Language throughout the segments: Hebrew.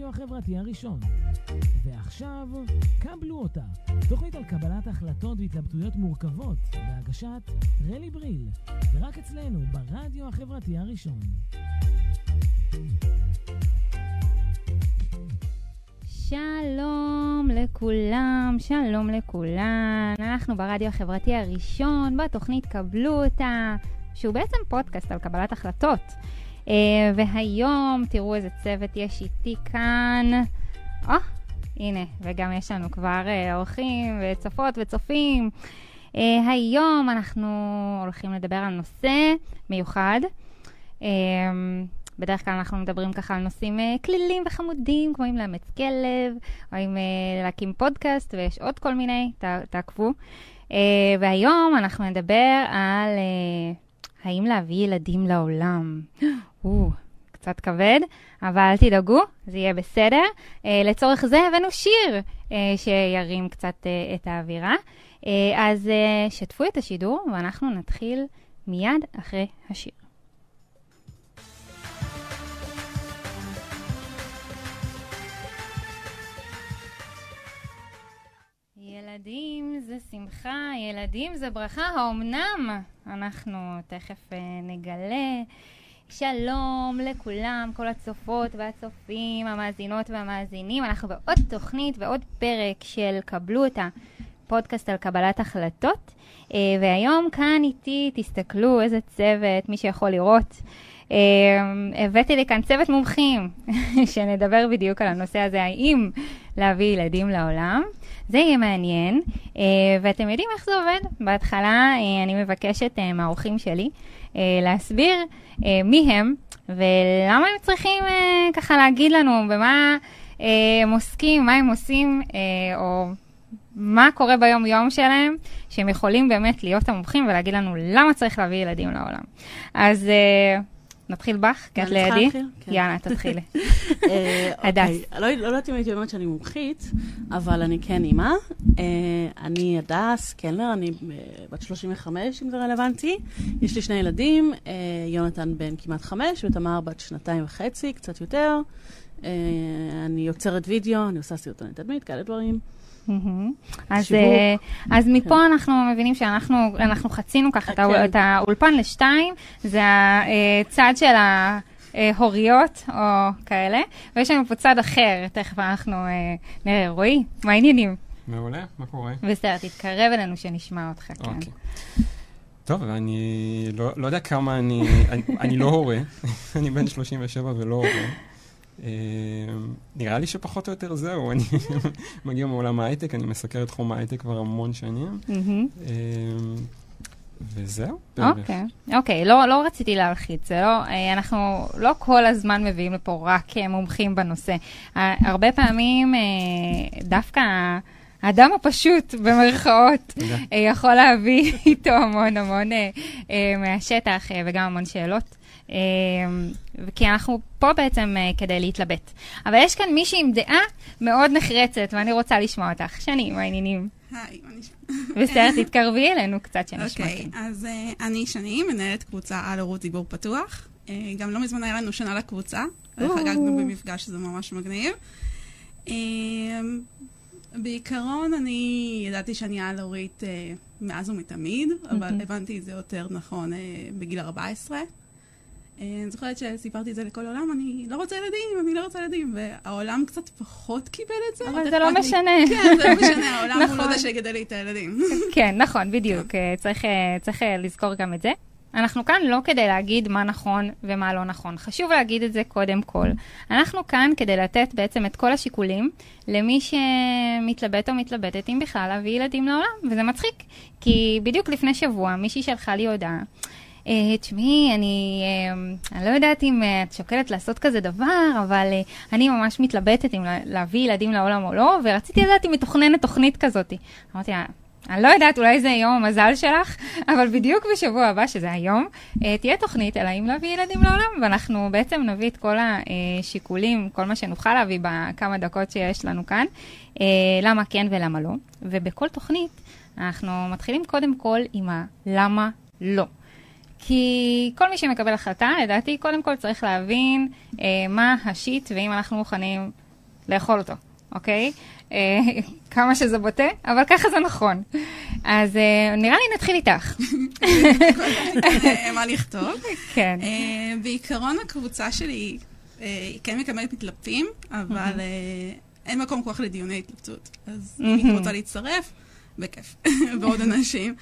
ברדיו החברתי הראשון. ועכשיו, קבלו אותה. תוכנית על קבלת החלטות והתלבטויות מורכבות, בהגשת רלי בריל, ורק אצלנו, ברדיו החברתי הראשון. שלום לכולם, שלום לכולן. אנחנו ברדיו החברתי הראשון, בתוכנית קבלו אותה, שהוא בעצם פודקאסט על קבלת החלטות. והיום תראו איזה צוות יש איתי כאן. הנה, וגם יש לנו כבר אורחים וצופות וצופים. היום אנחנו הולכים לדבר על נושא מיוחד. בדרך כלל אנחנו מדברים ככה על נושאים כלילים וחמודים, כמו אם לאמץ כלב, או אם להקים פודקאסט, ויש עוד כל מיני, תעקבו. והיום אנחנו נדבר על האם להביא ילדים לעולם. קצת כבד, אבל אל תדאגו, זה יהיה בסדר. לצורך זה הבאנו שיר שירים קצת את האווירה. אז שתפו את השידור, ואנחנו נתחיל מיד אחרי השיר. ילדים זה שמחה, ילדים זה ברכה, האומנם? אנחנו תכף נגלה. שלום לכולם, כל הצופות והצופים, המאזינות והמאזינים. אנחנו בעוד תוכנית ועוד פרק של קבלו את הפודקאסט על קבלת החלטות. והיום כאן איתי, תסתכלו איזה צוות, מי שיכול לראות. הבאתי לי כאן צוות מומחים, שנדבר בדיוק על הנושא הזה, האם להביא ילדים לעולם. זה יהיה מעניין, ואתם יודעים איך זה עובד? בהתחלה אני מבקשת מהאורחים שלי להסביר מי הם, ולמה הם צריכים ככה להגיד לנו במה הם עוסקים, מה הם עושים, או מה קורה ביום יום שלהם, שהם יכולים באמת להיות המומחים ולהגיד לנו למה צריך להביא ילדים לעולם. אז נתחיל בך, כי את לידי. יאללה, תתחילי. הדס. לא יודעת אם הייתי אומרת שאני מומחית, אבל אני כן אימא. אני הדס קלנר, אני בת 35, אם זה רלוונטי. יש לי 2 ילדים, יונתן בן כמעט 5, ותמר בת 2.5, קצת יותר. אני יוצרת וידאו, אני עושה סרטוני תדמית, כאלה דברים. אז מפה אנחנו מבינים שאנחנו חצינו ככה את האולפן ל2, זה הצד של ההוריות או כאלה, ויש לנו פה צד אחר, תכף אנחנו נראה. רועי, מה העניינים? מעולה, מה קורה? בסדר, תתקרב אלינו שנשמע אותך. אוקיי. טוב, אני לא יודע כמה אני לא הורה, אני בן 37 ולא הורה. נראה לי שפחות או יותר זהו, אני מגיע מעולם ההייטק, אני מסקר את תחום ההייטק כבר המון שנים, וזהו. אוקיי, לא רציתי להלחיץ, אנחנו לא כל הזמן מביאים לפה רק מומחים בנושא, הרבה פעמים דווקא האדם הפשוט, במרכאות, יכול להביא איתו המון מהשטח וגם המון שאלות. כי אנחנו פה בעצם כדי להתלבט. אבל יש כאן מישהי עם דעה מאוד נחרצת, ואני רוצה לשמוע אותך. שני, מה העניינים? היי, מה נשמע? בסדר, תתקרבי אלינו קצת שנשמע. אוקיי, אז אני שני, מנהלת קבוצה על ערוץ דיבור פתוח. גם לא מזמן היה לנו שנה לקבוצה, וחגגנו במפגש שזה ממש מגניב. בעיקרון אני ידעתי שאני על הורית מאז ומתמיד, אבל הבנתי את זה יותר נכון בגיל 14. אני זוכרת שסיפרתי את זה לכל העולם, אני לא רוצה ילדים, והעולם קצת פחות קיבל את זה. אבל זה לא משנה. כן, זה לא משנה, העולם הוא לא זה שיגדל לי את הילדים. כן, נכון, בדיוק. צריך לזכור גם את זה. אנחנו כאן לא כדי להגיד מה נכון ומה לא נכון. חשוב להגיד את זה קודם כל. אנחנו כאן כדי לתת בעצם את כל השיקולים למי שמתלבט או מתלבטת אם בכלל להביא ילדים לעולם. וזה מצחיק, כי בדיוק לפני שבוע מישהי שלחה לי הודעה, תשמעי, אני לא יודעת אם את שוקלת לעשות כזה דבר, אבל אני ממש מתלבטת אם להביא ילדים לעולם או לא, ורציתי לדעת אם מתוכננת תוכנית כזאת. אמרתי, אני לא יודעת, אולי זה יום המזל שלך, אבל בדיוק בשבוע הבא, שזה היום, תהיה תוכנית אלא אם להביא ילדים לעולם, ואנחנו בעצם נביא את כל השיקולים, כל מה שנוכל להביא בכמה דקות שיש לנו כאן, למה כן ולמה לא. ובכל תוכנית אנחנו מתחילים קודם כל עם הלמה לא. כי כל מי שמקבל החלטה, לדעתי, קודם כל צריך להבין מה השיט, ואם אנחנו מוכנים לאכול אותו, אוקיי? כמה שזה בוטה, אבל ככה זה נכון. אז נראה לי נתחיל איתך. מה לכתוב? כן. בעיקרון הקבוצה שלי כן מקבלת מתלבטים, אבל אין מקום כוח לדיוני התלבטות. אז אם היא רוצה להצטרף, בכיף. ועוד אנשים.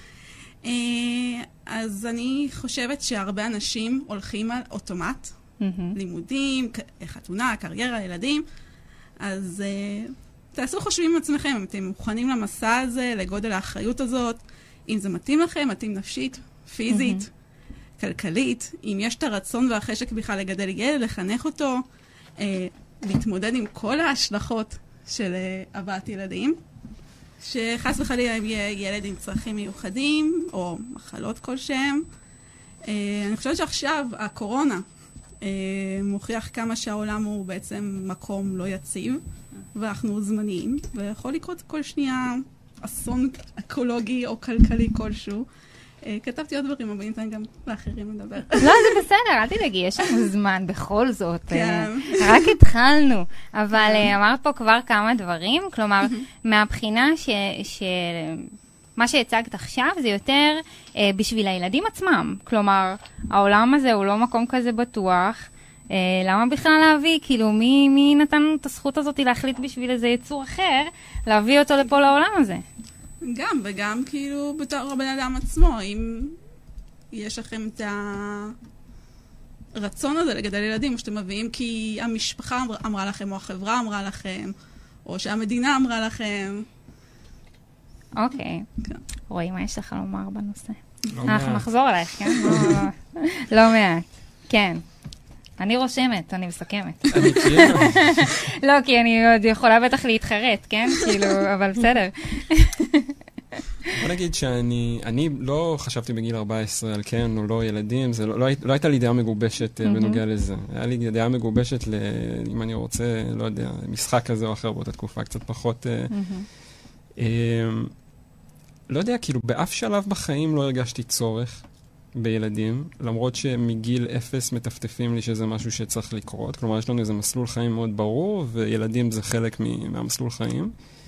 אז אני חושבת שהרבה אנשים הולכים על אוטומט, לימודים, חתונה, קריירה, ילדים. אז תעשו חושבים עם עצמכם, אם אתם מוכנים למסע הזה, לגודל האחריות הזאת, אם זה מתאים לכם, מתאים נפשית, פיזית, כלכלית, אם יש את הרצון והחשק בכלל לגדל ילד, לחנך אותו, להתמודד עם כל ההשלכות של הבאת ילדים, שחס וחלילה יהיה ילד עם צרכים מיוחדים, או מחלות כלשהם. אני חושבת שעכשיו הקורונה מוכיח כמה שהעולם הוא בעצם מקום לא יציב, ואנחנו זמניים, ויכול לקרות כל שנייה אסון אקולוגי או כלכלי כלשהו. כתבתי עוד דברים, אבל ניתן גם לאחרים לדבר. לא, זה בסדר, אל תדאגי, יש לנו זמן בכל זאת. רק התחלנו, אבל אמרת פה כבר כמה דברים, כלומר, מהבחינה מה שהצגת עכשיו זה יותר בשביל הילדים עצמם. כלומר, העולם הזה הוא לא מקום כזה בטוח. למה בכלל להביא? כאילו, מי נתן את הזכות הזאת להחליט בשביל איזה יצור אחר, להביא אותו לפה לעולם הזה? גם, וגם כאילו בתור הבן אדם עצמו, אם יש לכם את הרצון הזה לגדל ילדים, או שאתם מביאים כי המשפחה אמרה לכם, או החברה אמרה לכם, או שהמדינה אמרה לכם. אוקיי. כן. רואי, מה יש לך לומר בנושא? לא אנחנו מעט. נחזור עלייך, כן? לא מעט. כן. אני רושמת, אני מסכמת. אני כאילו... לא, כי אני עוד יכולה בטח להתחרט, כן? כאילו, אבל בסדר. בוא נגיד שאני לא חשבתי בגיל 14 על כן או לא ילדים, זה לא הייתה לי דעה מגובשת בנוגע לזה. היה לי דעה מגובשת אם אני רוצה, לא יודע, משחק כזה או אחר באותה תקופה, קצת פחות... לא יודע, כאילו באף שלב בחיים לא הרגשתי צורך בילדים, למרות שמגיל 0 מטפטפים לי שזה משהו שצריך לקרות. כלומר, יש לנו איזה מסלול חיים מאוד ברור, וילדים זה חלק מהמסלול חיים.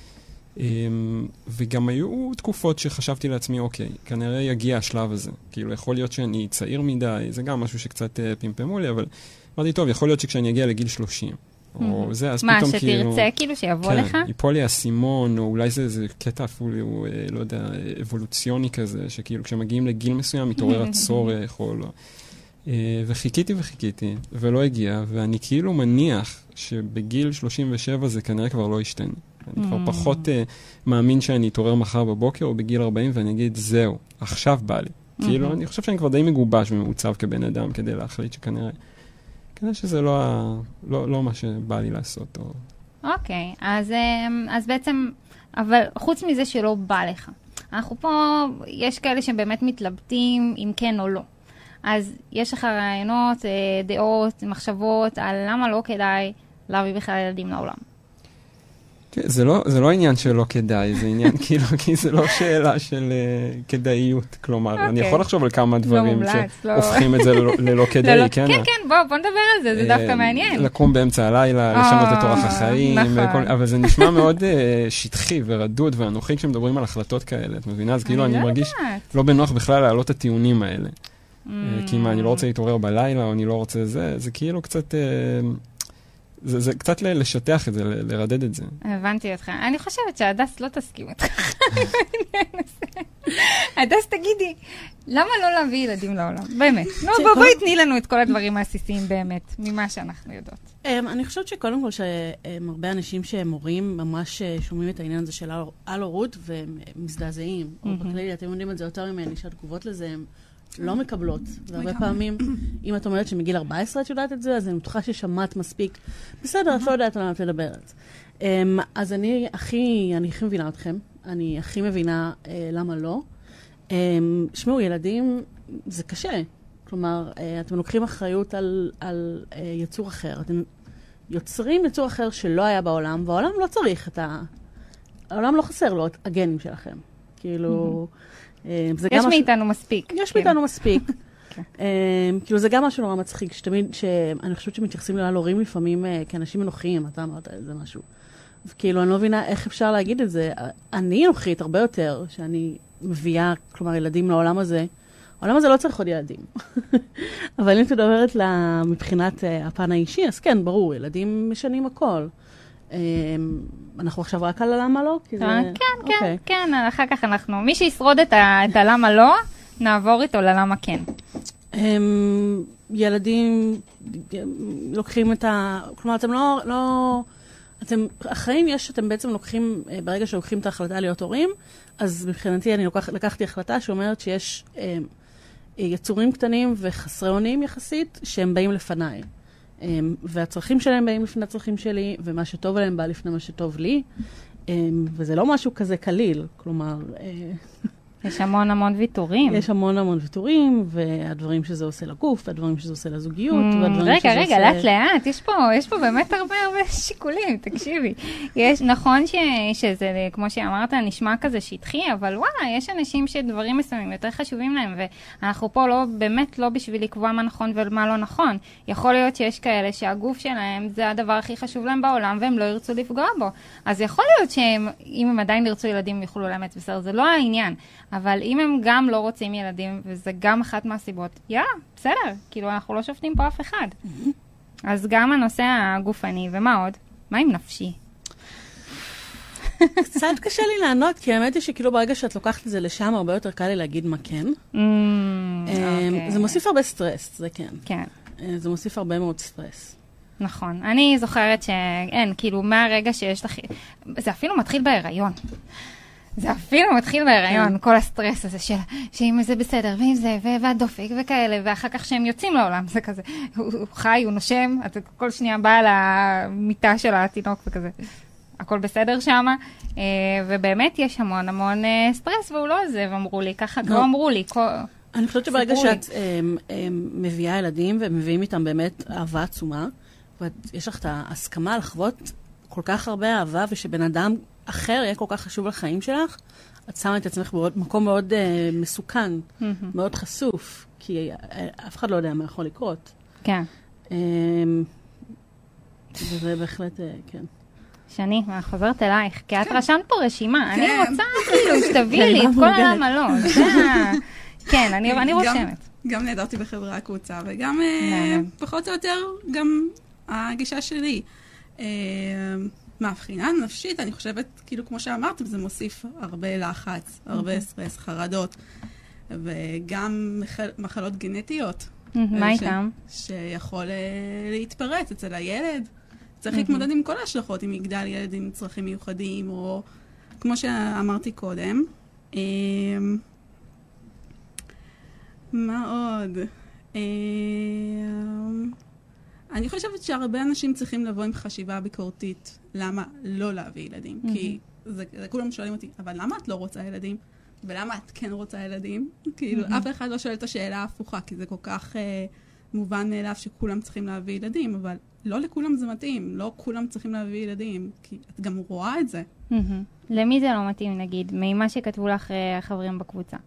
וגם היו תקופות שחשבתי לעצמי, אוקיי, כנראה יגיע השלב הזה. כאילו, יכול להיות שאני צעיר מדי, זה גם משהו שקצת פמפמו לי, אבל אמרתי, טוב, יכול להיות שכשאני אגיע לגיל 30, או זה, אז מה, פתאום שתרצה כאילו שיבוא לך? כן, ייפול לי הסימון, או אולי זה קטע אפילו, לא יודע, אבולוציוני כזה, שכאילו כשמגיעים לגיל מסוים מתעורר הצורך, או לא. וחיכיתי, ולא הגיע, ואני כאילו מניח שבגיל 37 זה כנראה כבר לא ישתנה. אני כבר פחות מאמין שאני אתעורר מחר בבוקר, או בגיל 40, ואני אגיד, זהו, עכשיו בא לי. כאילו, אני חושב שאני כבר די מגובש ומעוצב כבן אדם, כדי להחליט שכנראה שזה לא מה שבא לי לעשות. אוקיי, אז בעצם, אבל חוץ מזה שלא בא לך, אנחנו פה, יש כאלה שבאמת מתלבטים אם כן או לא. אז יש לך רעיונות, דעות, מחשבות על למה לא כדאי להביא בכלל ילדים לעולם. זה לא עניין שלא כדאי, זה עניין כאילו, כי זה לא שאלה של כדאיות. כלומר, אני יכול לחשוב על כמה דברים שהופכים את זה ללא כדאי, כן? כן, בוא נדבר על זה, זה דווקא מעניין. לקום באמצע הלילה, לשנות את אורח החיים, אבל זה נשמע מאוד שטחי ורדוד ואנוכי כשמדברים על החלטות כאלה. את מבינה? אז כאילו אני מרגיש לא בנוח בכלל להעלות את הטיעונים האלה. כי מה, אני לא רוצה להתעורר בלילה, או אני לא רוצה זה כאילו קצת... זה קצת לשטח את זה, לרדד את זה. הבנתי אותך. אני חושבת שהדס לא תסכים אותך. הדס, תגידי, למה לא להביא ילדים לעולם? באמת. בואי תני לנו את כל הדברים העסיסיים באמת, ממה שאנחנו יודעות. אני חושבת שקודם כל שהרבה אנשים שהם הורים ממש שומעים את העניין הזה של על-הורות והם מזדעזעים. או בכללי, אתם יודעים את זה יותר ממני, שהתגובות לזה הם לא מקבלות. והרבה פעמים, אם את אומרת שמגיל 14 את יודעת את זה, אז אני בטוחה ששמעת מספיק. בסדר, את לא יודעת למה את מדברת. אז אני הכי מבינה אתכם. אני הכי מבינה למה לא. שמעו, ילדים, זה קשה. כלומר, אתם לוקחים אחריות על יצור אחר. אתם יוצרים יצור אחר שלא היה בעולם, והעולם לא צריך העולם לא חסר לו את הגנים שלכם. כאילו... יש מאיתנו מספיק. יש מאיתנו מספיק. כאילו זה גם משהו נורא מצחיק, שאני חושבת שמתייחסים להורים לפעמים כאנשים אנוכיים, אתה אמרת איזה משהו. כאילו אני לא מבינה איך אפשר להגיד את זה. אני אנוכית הרבה יותר, שאני מביאה, כלומר, ילדים לעולם הזה. העולם הזה לא צריך עוד ילדים. אבל אם תדברת מבחינת הפן האישי, אז כן, ברור, ילדים משנים הכל. אנחנו עכשיו רק על הלמה לא? כן, אחר כך אנחנו, מי שישרוד את הלמה לא, נעבור איתו ללמה כן. ילדים לוקחים את כלומר, אתם לא... החיים יש שאתם בעצם לוקחים, ברגע שלוקחים את ההחלטה להיות הורים, אז מבחינתי אני לקחתי החלטה שאומרת שיש יצורים קטנים וחסרי אונים יחסית, שהם באים לפניי. והצרכים שלהם באים לפני הצרכים שלי, ומה שטוב עליהם בא לפני מה שטוב לי. וזה לא משהו כזה קליל, כלומר... יש המון ויתורים. יש המון ויתורים, והדברים שזה עושה לגוף, והדברים שזה עושה לזוגיות, והדברים שזה עושה... רגע, לאט, יש פה באמת הרבה שיקולים, תקשיבי. נכון שזה, כמו שאמרת, נשמע כזה שטחי, אבל וואלה, יש אנשים שדברים מסוימים יותר חשובים להם, ואנחנו פה באמת לא בשביל לקבוע מה נכון ומה לא נכון. יכול להיות שיש כאלה שהגוף שלהם זה הדבר הכי חשוב להם בעולם, והם לא ירצו לפגוע בו. אז יכול להיות שאם הם עדיין ירצו ילדים, יוכלו לאמץ בסדר, זה לא העניין. אבל אם הם גם לא רוצים ילדים, וזה גם אחת מהסיבות, יאללה, בסדר, כאילו אנחנו לא שופטים פה אף אחד. אז גם הנושא הגופני, ומה עוד? מה עם נפשי? קצת קשה לי לענות, כי האמת היא שכאילו ברגע שאת לוקחת את זה לשם, הרבה יותר קל לי להגיד מה כן. זה מוסיף הרבה סטרס, זה כן. כן. זה מוסיף הרבה מאוד סטרס. נכון. אני זוכרת שאין, כאילו מהרגע שיש לך... זה אפילו מתחיל בהיריון. זה אפילו מתחיל בהיריון, כל הסטרס הזה שאם זה בסדר, ואם זה, והדופק וכאלה, ואחר כך שהם יוצאים לעולם, זה כזה, הוא חי, הוא נושם, אתה כל שנייה באה למיטה של התינוק וכזה, הכל בסדר שם, ובאמת יש המון סטרס, והוא לא זה, ואמרו לי, ככה לא אמרו לי. אני חושבת שברגע שאת מביאה ילדים, ומביאים איתם באמת אהבה עצומה, ויש לך את ההסכמה לחוות כל כך הרבה אהבה, ושבן אדם אחר יהיה כל כך חשוב לחיים שלך, את שמה את עצמך במקום מאוד מסוכן, מאוד חשוף, כי אף אחד לא יודע מה יכול לקרות. כן. וזה בהחלט, כן. שני, אני חוזרת אלייך, כי את רשמת פה רשימה. אני רוצה כאילו שתביאי לי את כל למה לא. כן, אני רושמת. גם נהדרתי בחברה הקבוצה, וגם פחות או יותר גם הגישה שלי. מהבחינה נפשית, אני חושבת, כאילו כמו שאמרתם, זה מוסיף הרבה לחץ, הרבה סטרס, חרדות, וגם מחלות גנטיות. מה איתם? שיכול להתפרץ אצל הילד. צריך להתמודד עם כל ההשלכות, אם יגדל ילד עם צרכים מיוחדים, או כמו שאמרתי קודם. מה עוד? אני חושבת שהרבה אנשים צריכים לבוא עם חשיבה ביקורתית למה לא להביא ילדים. כי כולם שואלים אותי, אבל למה את לא רוצה ילדים? ולמה את כן רוצה ילדים? כאילו, אף אחד לא שואל את השאלה ההפוכה, כי זה כל כך מובן מאליו שכולם צריכים להביא ילדים, אבל לא לכולם זה מתאים, לא כולם צריכים להביא ילדים, כי את גם רואה את זה. למי זה לא מתאים, נגיד, ממה שכתבו לך החברים בקבוצה?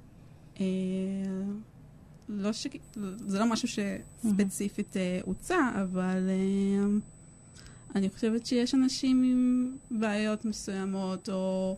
זה לא משהו שספציפית הוצא, אבל אני חושבת שיש אנשים עם בעיות מסוימות,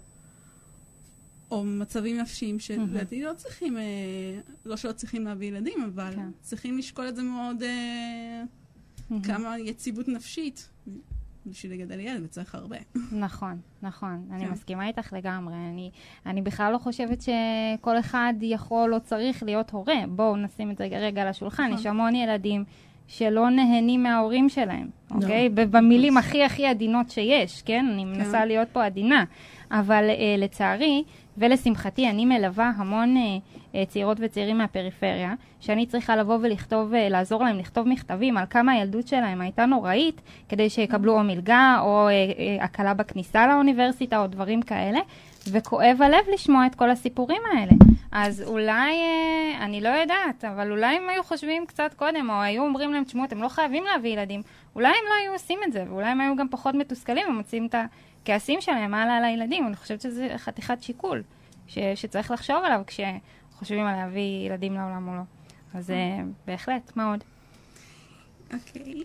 או מצבים נפשיים שלדעתי לא צריכים, לא שלא צריכים להביא ילדים, אבל צריכים לשקול את זה מאוד, כמה יציבות נפשית בשביל לגדל ילד, וצריך הרבה. נכון. אני מסכימה איתך לגמרי. אני בכלל לא חושבת שכל אחד יכול או צריך להיות הורה. בואו נשים את זה רגע על השולחן. יש המון ילדים שלא נהנים מההורים שלהם, אוקיי? במילים הכי עדינות שיש, כן? אני מנסה להיות פה עדינה. אבל לצערי, ולשמחתי, אני מלווה המון צעירות וצעירים מהפריפריה, שאני צריכה לבוא ולכתוב, לעזור להם לכתוב מכתבים על כמה הילדות שלהם הייתה נוראית, כדי שיקבלו או מלגה, או הקלה בכניסה לאוניברסיטה, או דברים כאלה, וכואב הלב לשמוע את כל הסיפורים האלה. אז אולי, אני לא יודעת, אבל אולי הם היו חושבים קצת קודם, או היו אומרים להם, תשמעו, אתם לא חייבים להביא ילדים, אולי הם לא היו עושים את זה, ואולי הם היו גם פחות מתוסכלים, ומוצאים את הכעסים שלהם על הילדים. אני חושבת שזה חתיכת שיקול, שצריך לחשוב עליו כשחושבים על להביא ילדים לעולם או לא. אז בהחלט, מאוד. אוקיי.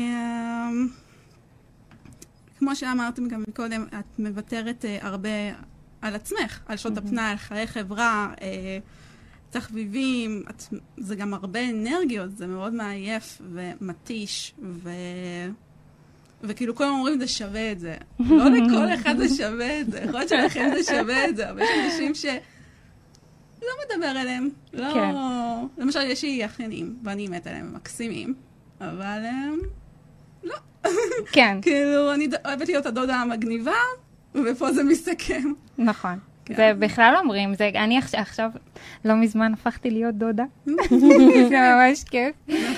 כמו שאמרתם גם קודם, את מוותרת הרבה על עצמך, על שעות הפנאי, על חיי חברה, תחביבים, זה גם הרבה אנרגיות, זה מאוד מעייף ומתיש, וכאילו כולם אומרים זה שווה את זה. לא לכל אחד זה שווה את זה, יכול להיות שלכם זה שווה את זה, אבל יש אנשים שלא מדבר אליהם. לא... למשל, יש לי אחיינים, ואני מת עליהם, מקסימים, אבל לא. כן. כאילו, אני אוהבת להיות הדודה המגניבה, ופה זה מסתכם. נכון. זה בכלל אומרים, אני עכשיו לא מזמן הפכתי להיות דודה. זה ממש כיף.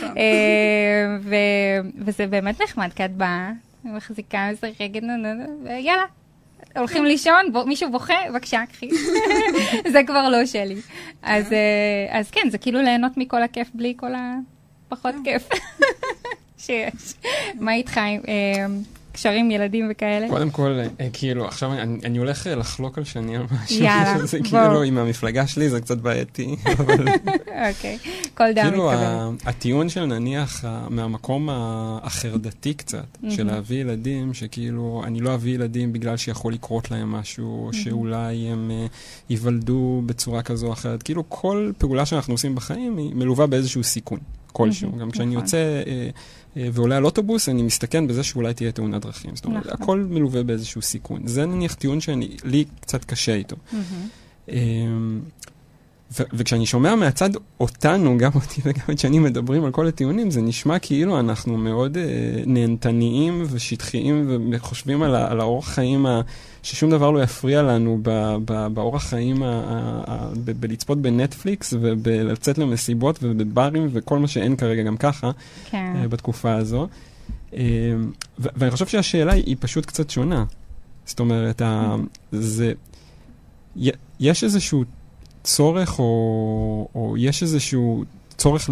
וזה באמת נחמד, כי את באה, מחזיקה, משחקת, ויאללה, הולכים לישון, מישהו בוכה, בבקשה, קחי. זה כבר לא שלי. אז כן, זה כאילו ליהנות מכל הכיף בלי כל הפחות כיף שיש. מה איתך? קשרים, ילדים וכאלה. קודם כל, כאילו, עכשיו אני הולך לחלוק על שני על משהו. יאללה, זה כאילו, עם המפלגה שלי זה קצת בעייתי. אוקיי, כל דם כאילו, מתקבל. הטיעון של נניח מהמקום החרדתי קצת, של להביא ילדים, שכאילו, אני לא אביא ילדים בגלל שיכול לקרות להם משהו, או שאולי הם ייוולדו בצורה כזו או אחרת. כאילו, כל פעולה שאנחנו עושים בחיים היא מלווה באיזשהו סיכון, כלשהו. גם כשאני יוצא ועולה על אוטובוס, אני מסתכן בזה שאולי תהיה תאונת דרכים. זאת אומרת, הכל מלווה באיזשהו סיכון. זה נניח טיעון לי קצת קשה איתו. וכשאני שומע מהצד אותנו, גם אותי וגם את שאני מדברים על כל הטיעונים, זה נשמע כאילו אנחנו מאוד נהנתניים ושטחיים וחושבים על האורח חיים ששום דבר לא יפריע לנו באורח חיים בלצפות בנטפליקס ובלצאת למסיבות ובברים וכל מה שאין כרגע גם ככה בתקופה הזו. ואני חושב שהשאלה היא פשוט קצת שונה. זאת אומרת, יש איזשהו צורך או יש איזשהו צורך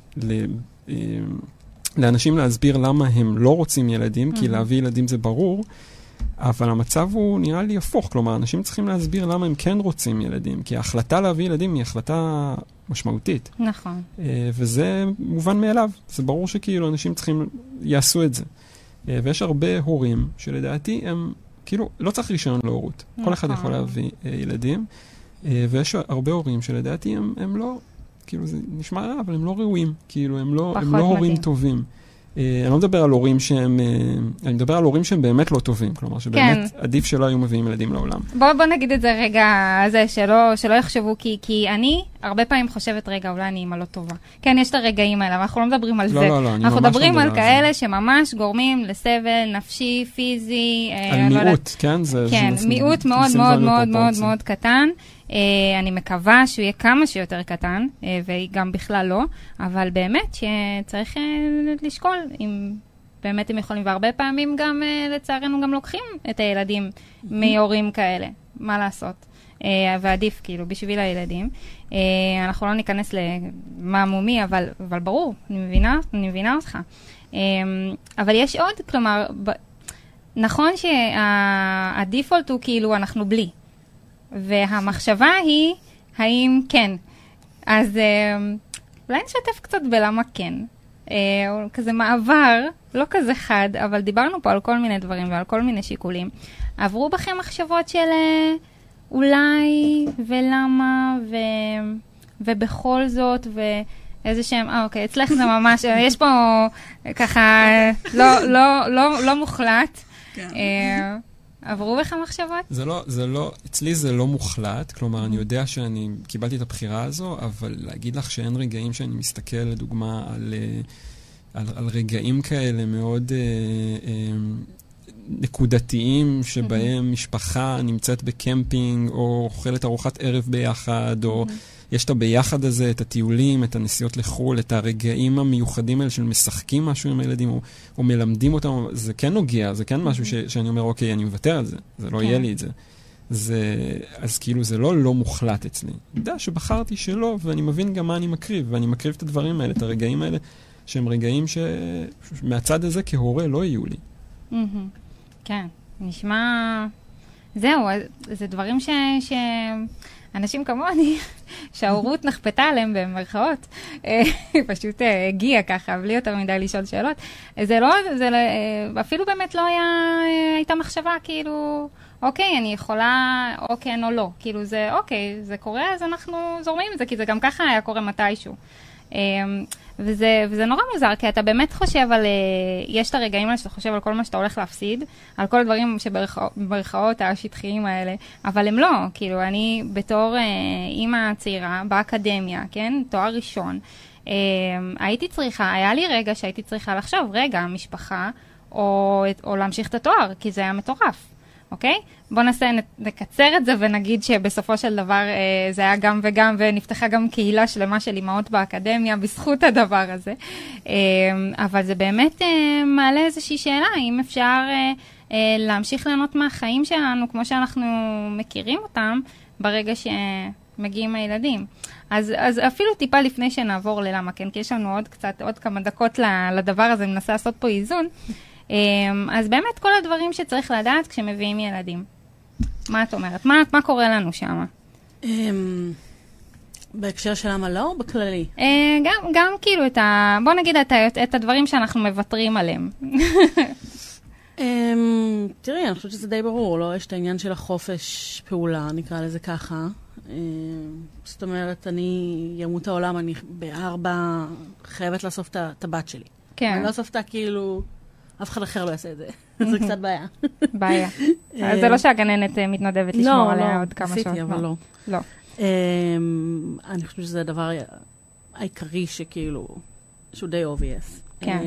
לאנשים להסביר למה הם לא רוצים ילדים, כי להביא ילדים זה ברור, אבל המצב הוא נראה לי הפוך. כלומר, אנשים צריכים להסביר למה הם כן רוצים ילדים, כי ההחלטה להביא ילדים היא החלטה משמעותית. נכון. וזה מובן מאליו. זה ברור שכאילו אנשים צריכים, יעשו את זה. ויש הרבה הורים שלדעתי הם, כאילו, לא צריך רישיון להורות. כל אחד יכול להביא ילדים. ויש הרבה הורים שלדעתי הם לא, כאילו זה נשמע רע, אבל הם לא ראויים. כאילו הם לא הורים טובים. אני לא מדבר על הורים אני מדבר על הורים שהם באמת לא טובים, כלומר שבאמת עדיף שלא היו מביאים ילדים לעולם. בוא נגיד את זה רגע, שלא יחשבו, כי אני הרבה פעמים חושבת, רגע, אולי אני אימא לא טובה. כן, יש את הרגעים האלה, אבל אנחנו לא מדברים על זה. אנחנו מדברים על כאלה שממש גורמים לסבל נפשי, פיזי. על מיעוט, כן? כן, מיעוט מאוד מאוד מאוד מאוד מאוד קטן. אני מקווה שהוא יהיה כמה שיותר קטן, וגם בכלל לא, אבל באמת שצריך לשקול אם באמת הם יכולים, והרבה פעמים גם לצערנו גם לוקחים את הילדים מהורים כאלה, מה לעשות, ועדיף כאילו בשביל הילדים. אנחנו לא ניכנס למה מומי, אבל ברור, אני מבינה אותך. אבל יש עוד, כלומר, נכון שהדיפולט הוא כאילו אנחנו בלי. והמחשבה היא, האם כן. אז אולי נשתף קצת בלמה כן. כזה מעבר, לא כזה חד, אבל דיברנו פה על כל מיני דברים ועל כל מיני שיקולים. עברו בכם מחשבות של אולי ולמה ובכל זאת ואיזה שהם, אוקיי, אצלך זה ממש, יש פה ככה לא מוחלט. כן. עברו בך מחשבות? זה לא, אצלי זה לא מוחלט, כלומר, אני יודע שאני קיבלתי את הבחירה הזו, אבל להגיד לך שאין רגעים שאני מסתכל, לדוגמה, על רגעים כאלה מאוד נקודתיים, שבהם משפחה נמצאת בקמפינג, או אוכלת ארוחת ערב ביחד, או יש את הביחד הזה, את הטיולים, את הנסיעות לחול, את הרגעים המיוחדים האלה של משחקים משהו עם הילדים, או מלמדים אותם, זה כן נוגע, זה כן משהו שאני אומר, אוקיי, אני מוותר על זה, זה לא יהיה לי את זה. אז כאילו זה לא מוחלט אצלי. אני יודע שבחרתי שלא, ואני מבין גם מה אני מקריב, ואני מקריב את הדברים האלה, את הרגעים האלה, שהם רגעים שמהצד הזה כהורה לא יהיו לי. כן, נשמע זהו, זה דברים אנשים כמוני, שההורות נחפתה עליהם במרכאות, פשוט הגיע ככה, בלי יותר מדי לשאול שאלות. זה לא, אפילו באמת לא הייתה מחשבה כאילו, אוקיי, אני יכולה, או כן או לא. כאילו זה, אוקיי, זה קורה, אז אנחנו זורמים את זה, כי זה גם ככה היה קורה מתישהו. וזה נורא מוזר, כי אתה באמת חושב על, יש את הרגעים האלה שאתה חושב על כל מה שאתה הולך להפסיד, על כל הדברים שברכאות השטחיים האלה, אבל הם לא, כאילו, אני בתור אימא צעירה באקדמיה, כן, תואר ראשון, הייתי צריכה, היה לי רגע שהייתי צריכה לחשוב, רגע, משפחה, או להמשיך את התואר, כי זה היה מטורף. אוקיי? בוא נקצר את זה ונגיד שבסופו של דבר זה היה גם וגם, ונפתחה גם קהילה שלמה של אימהות באקדמיה בזכות הדבר הזה. אבל זה באמת מעלה איזושהי שאלה, אם אפשר להמשיך ליהנות מהחיים שלנו כמו שאנחנו מכירים אותם ברגע שמגיעים הילדים. אז אפילו טיפה לפני שנעבור ללמה, כן? כי יש לנו עוד כמה דקות לדבר הזה, מנסה לעשות פה איזון. אז באמת כל הדברים שצריך לדעת כשמביאים ילדים. מה את אומרת? מה קורה לנו שם? בהקשר של למה לא או בכללי? גם כאילו בוא נגיד את הדברים שאנחנו מוותרים עליהם. תראי, אני חושבת שזה די ברור, לא? יש את העניין של החופש פעולה, נקרא לזה ככה. זאת אומרת, אני ימות העולם, אני ב4 חייבת לאסוף את הבת שלי. כן. אני לא אסוף אותה כאילו... אף אחד אחר לא יעשה את זה. זה קצת בעיה. בעיה. אז זה לא שהגננת מתנדבת לשמור עליה עוד כמה שעות. עשיתי, אבל לא. לא. אני חושבת שזה הדבר העיקרי שכאילו, שהוא די obvious. כן.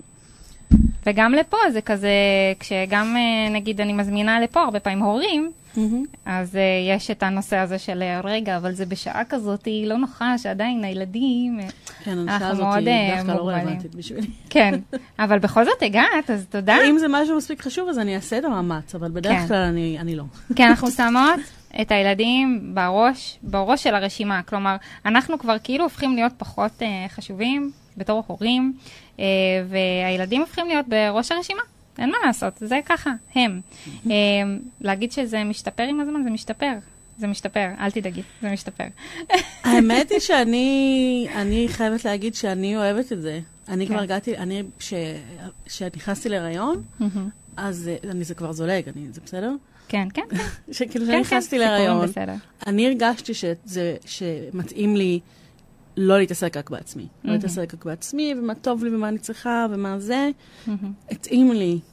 וגם לפה זה כזה, כשגם נגיד אני מזמינה לפה הרבה פעמים הורים, אז יש את הנושא הזה של רגע, אבל זה בשעה כזאת היא לא נוחה, שעדיין הילדים, כן, השעה הזאת היא דווקא לא רלוונטית בשבילי. כן, אבל בכל זאת הגעת, אז תודה. אם זה משהו מספיק חשוב, אז אני אעשה את המאמץ, אבל בדרך כלל אני לא. כן, אנחנו שמות את הילדים בראש של הרשימה, כלומר, אנחנו כבר כאילו הופכים להיות פחות חשובים בתור הורים, והילדים הופכים להיות בראש הרשימה. אין מה לעשות, זה ככה, הם. להגיד שזה משתפר עם הזמן, זה משתפר. זה משתפר, אל תדאגי, זה משתפר. האמת היא שאני חייבת להגיד שאני אוהבת את זה. אני כבר הגעתי, כשנכנסתי להיריון, אז זה כבר זולג, זה בסדר? כן, כן. שכאילו כשנכנסתי להיריון, אני הרגשתי שמתאים לי לא להתעסק רק בעצמי. לא להתעסק רק בעצמי, ומה טוב לי, ומה אני צריכה, ומה זה. התאים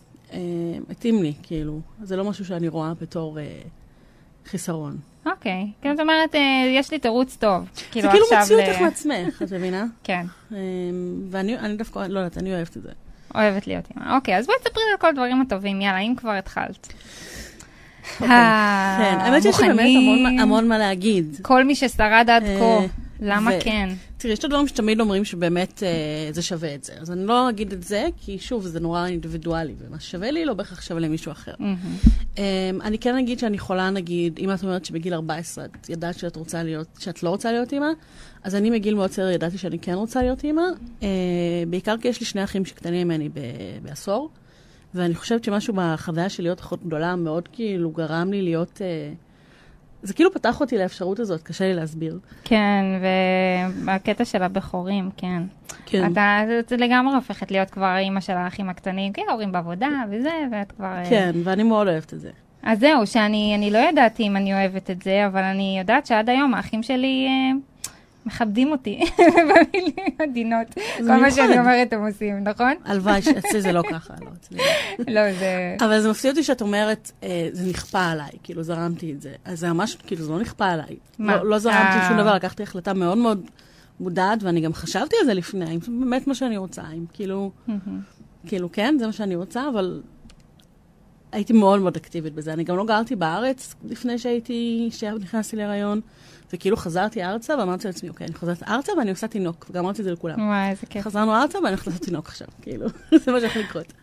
לי, כאילו. זה לא משהו שאני רואה בתור חיסרון. אוקיי. כאילו, זאת אומרת, יש לי תירוץ טוב. זה כאילו מוציא אותך מעצמך, את מבינה? כן. ואני דווקא, לא יודעת, אני אוהבת את זה. אוהבת להיות אימא. אוקיי, אז בואי תספרי על כל הדברים הטובים. יאללה, אם כבר התחלת. כן, האמת שיש לי באמת המון מה להגיד. כל מי ששרד עד כה. למה כן? תראי, יש את הדברים שתמיד אומרים שבאמת זה שווה את זה. אז אני לא אגיד את זה, כי שוב, זה נורא אינדיבידואלי, ומה שווה לי לא בהכרח שווה למישהו אחר. אני כן אגיד שאני יכולה, נגיד, אם את אומרת שבגיל 14 את ידעת שאת לא רוצה להיות אימא, אז אני מגיל מאוד צעיר ידעתי שאני כן רוצה להיות אימא, בעיקר כי יש לי 2 אחים שקטנים ממני בעשור, ואני חושבת שמשהו בחוויה של להיות אחות גדולה מאוד כאילו גרם לי להיות... זה כאילו פתח אותי לאפשרות הזאת, קשה לי להסביר. כן, והקטע של הבחורים, כן. כן. אתה לגמרי הופכת להיות כבר אימא של האחים הקטנים, כי ההורים בעבודה וזה, ואת כבר... כן, ואני מאוד אוהבת את זה. אז זהו, שאני לא ידעתי אם אני אוהבת את זה, אבל אני יודעת שעד היום האחים שלי מכבדים אותי, במילים עדינות. כל מה שאני אומרת הם עושים, נכון? הלוואי, אצלי זה לא ככה, לא אצלי. לא, זה... אבל זה מפתיע אותי שאת אומרת, זה נכפה עליי, כאילו זרמתי את זה. אז זה ממש, כאילו, זה לא נכפה עליי. לא זרמתי שום דבר, לקחתי החלטה מאוד מאוד מודעת, ואני גם חשבתי על זה לפני, אם זה באמת מה שאני רוצה, אם כאילו, כן, זה מה שאני רוצה, אבל הייתי מאוד מאוד אקטיבית בזה. אני גם לא גרתי בארץ לפני שנכנסתי להיריון, וכאילו חזרתי ארצה, ואמרתי לעצמי, אוקיי, אני חוזרת ארצה ואני עושה תינוק, וגם אמרתי את זה לכולם. וואי, איזה כיף. חזרנו ארצה ואני הולכת לעשות תינוק עכשיו, כאילו, זה מה שהולך לקרות.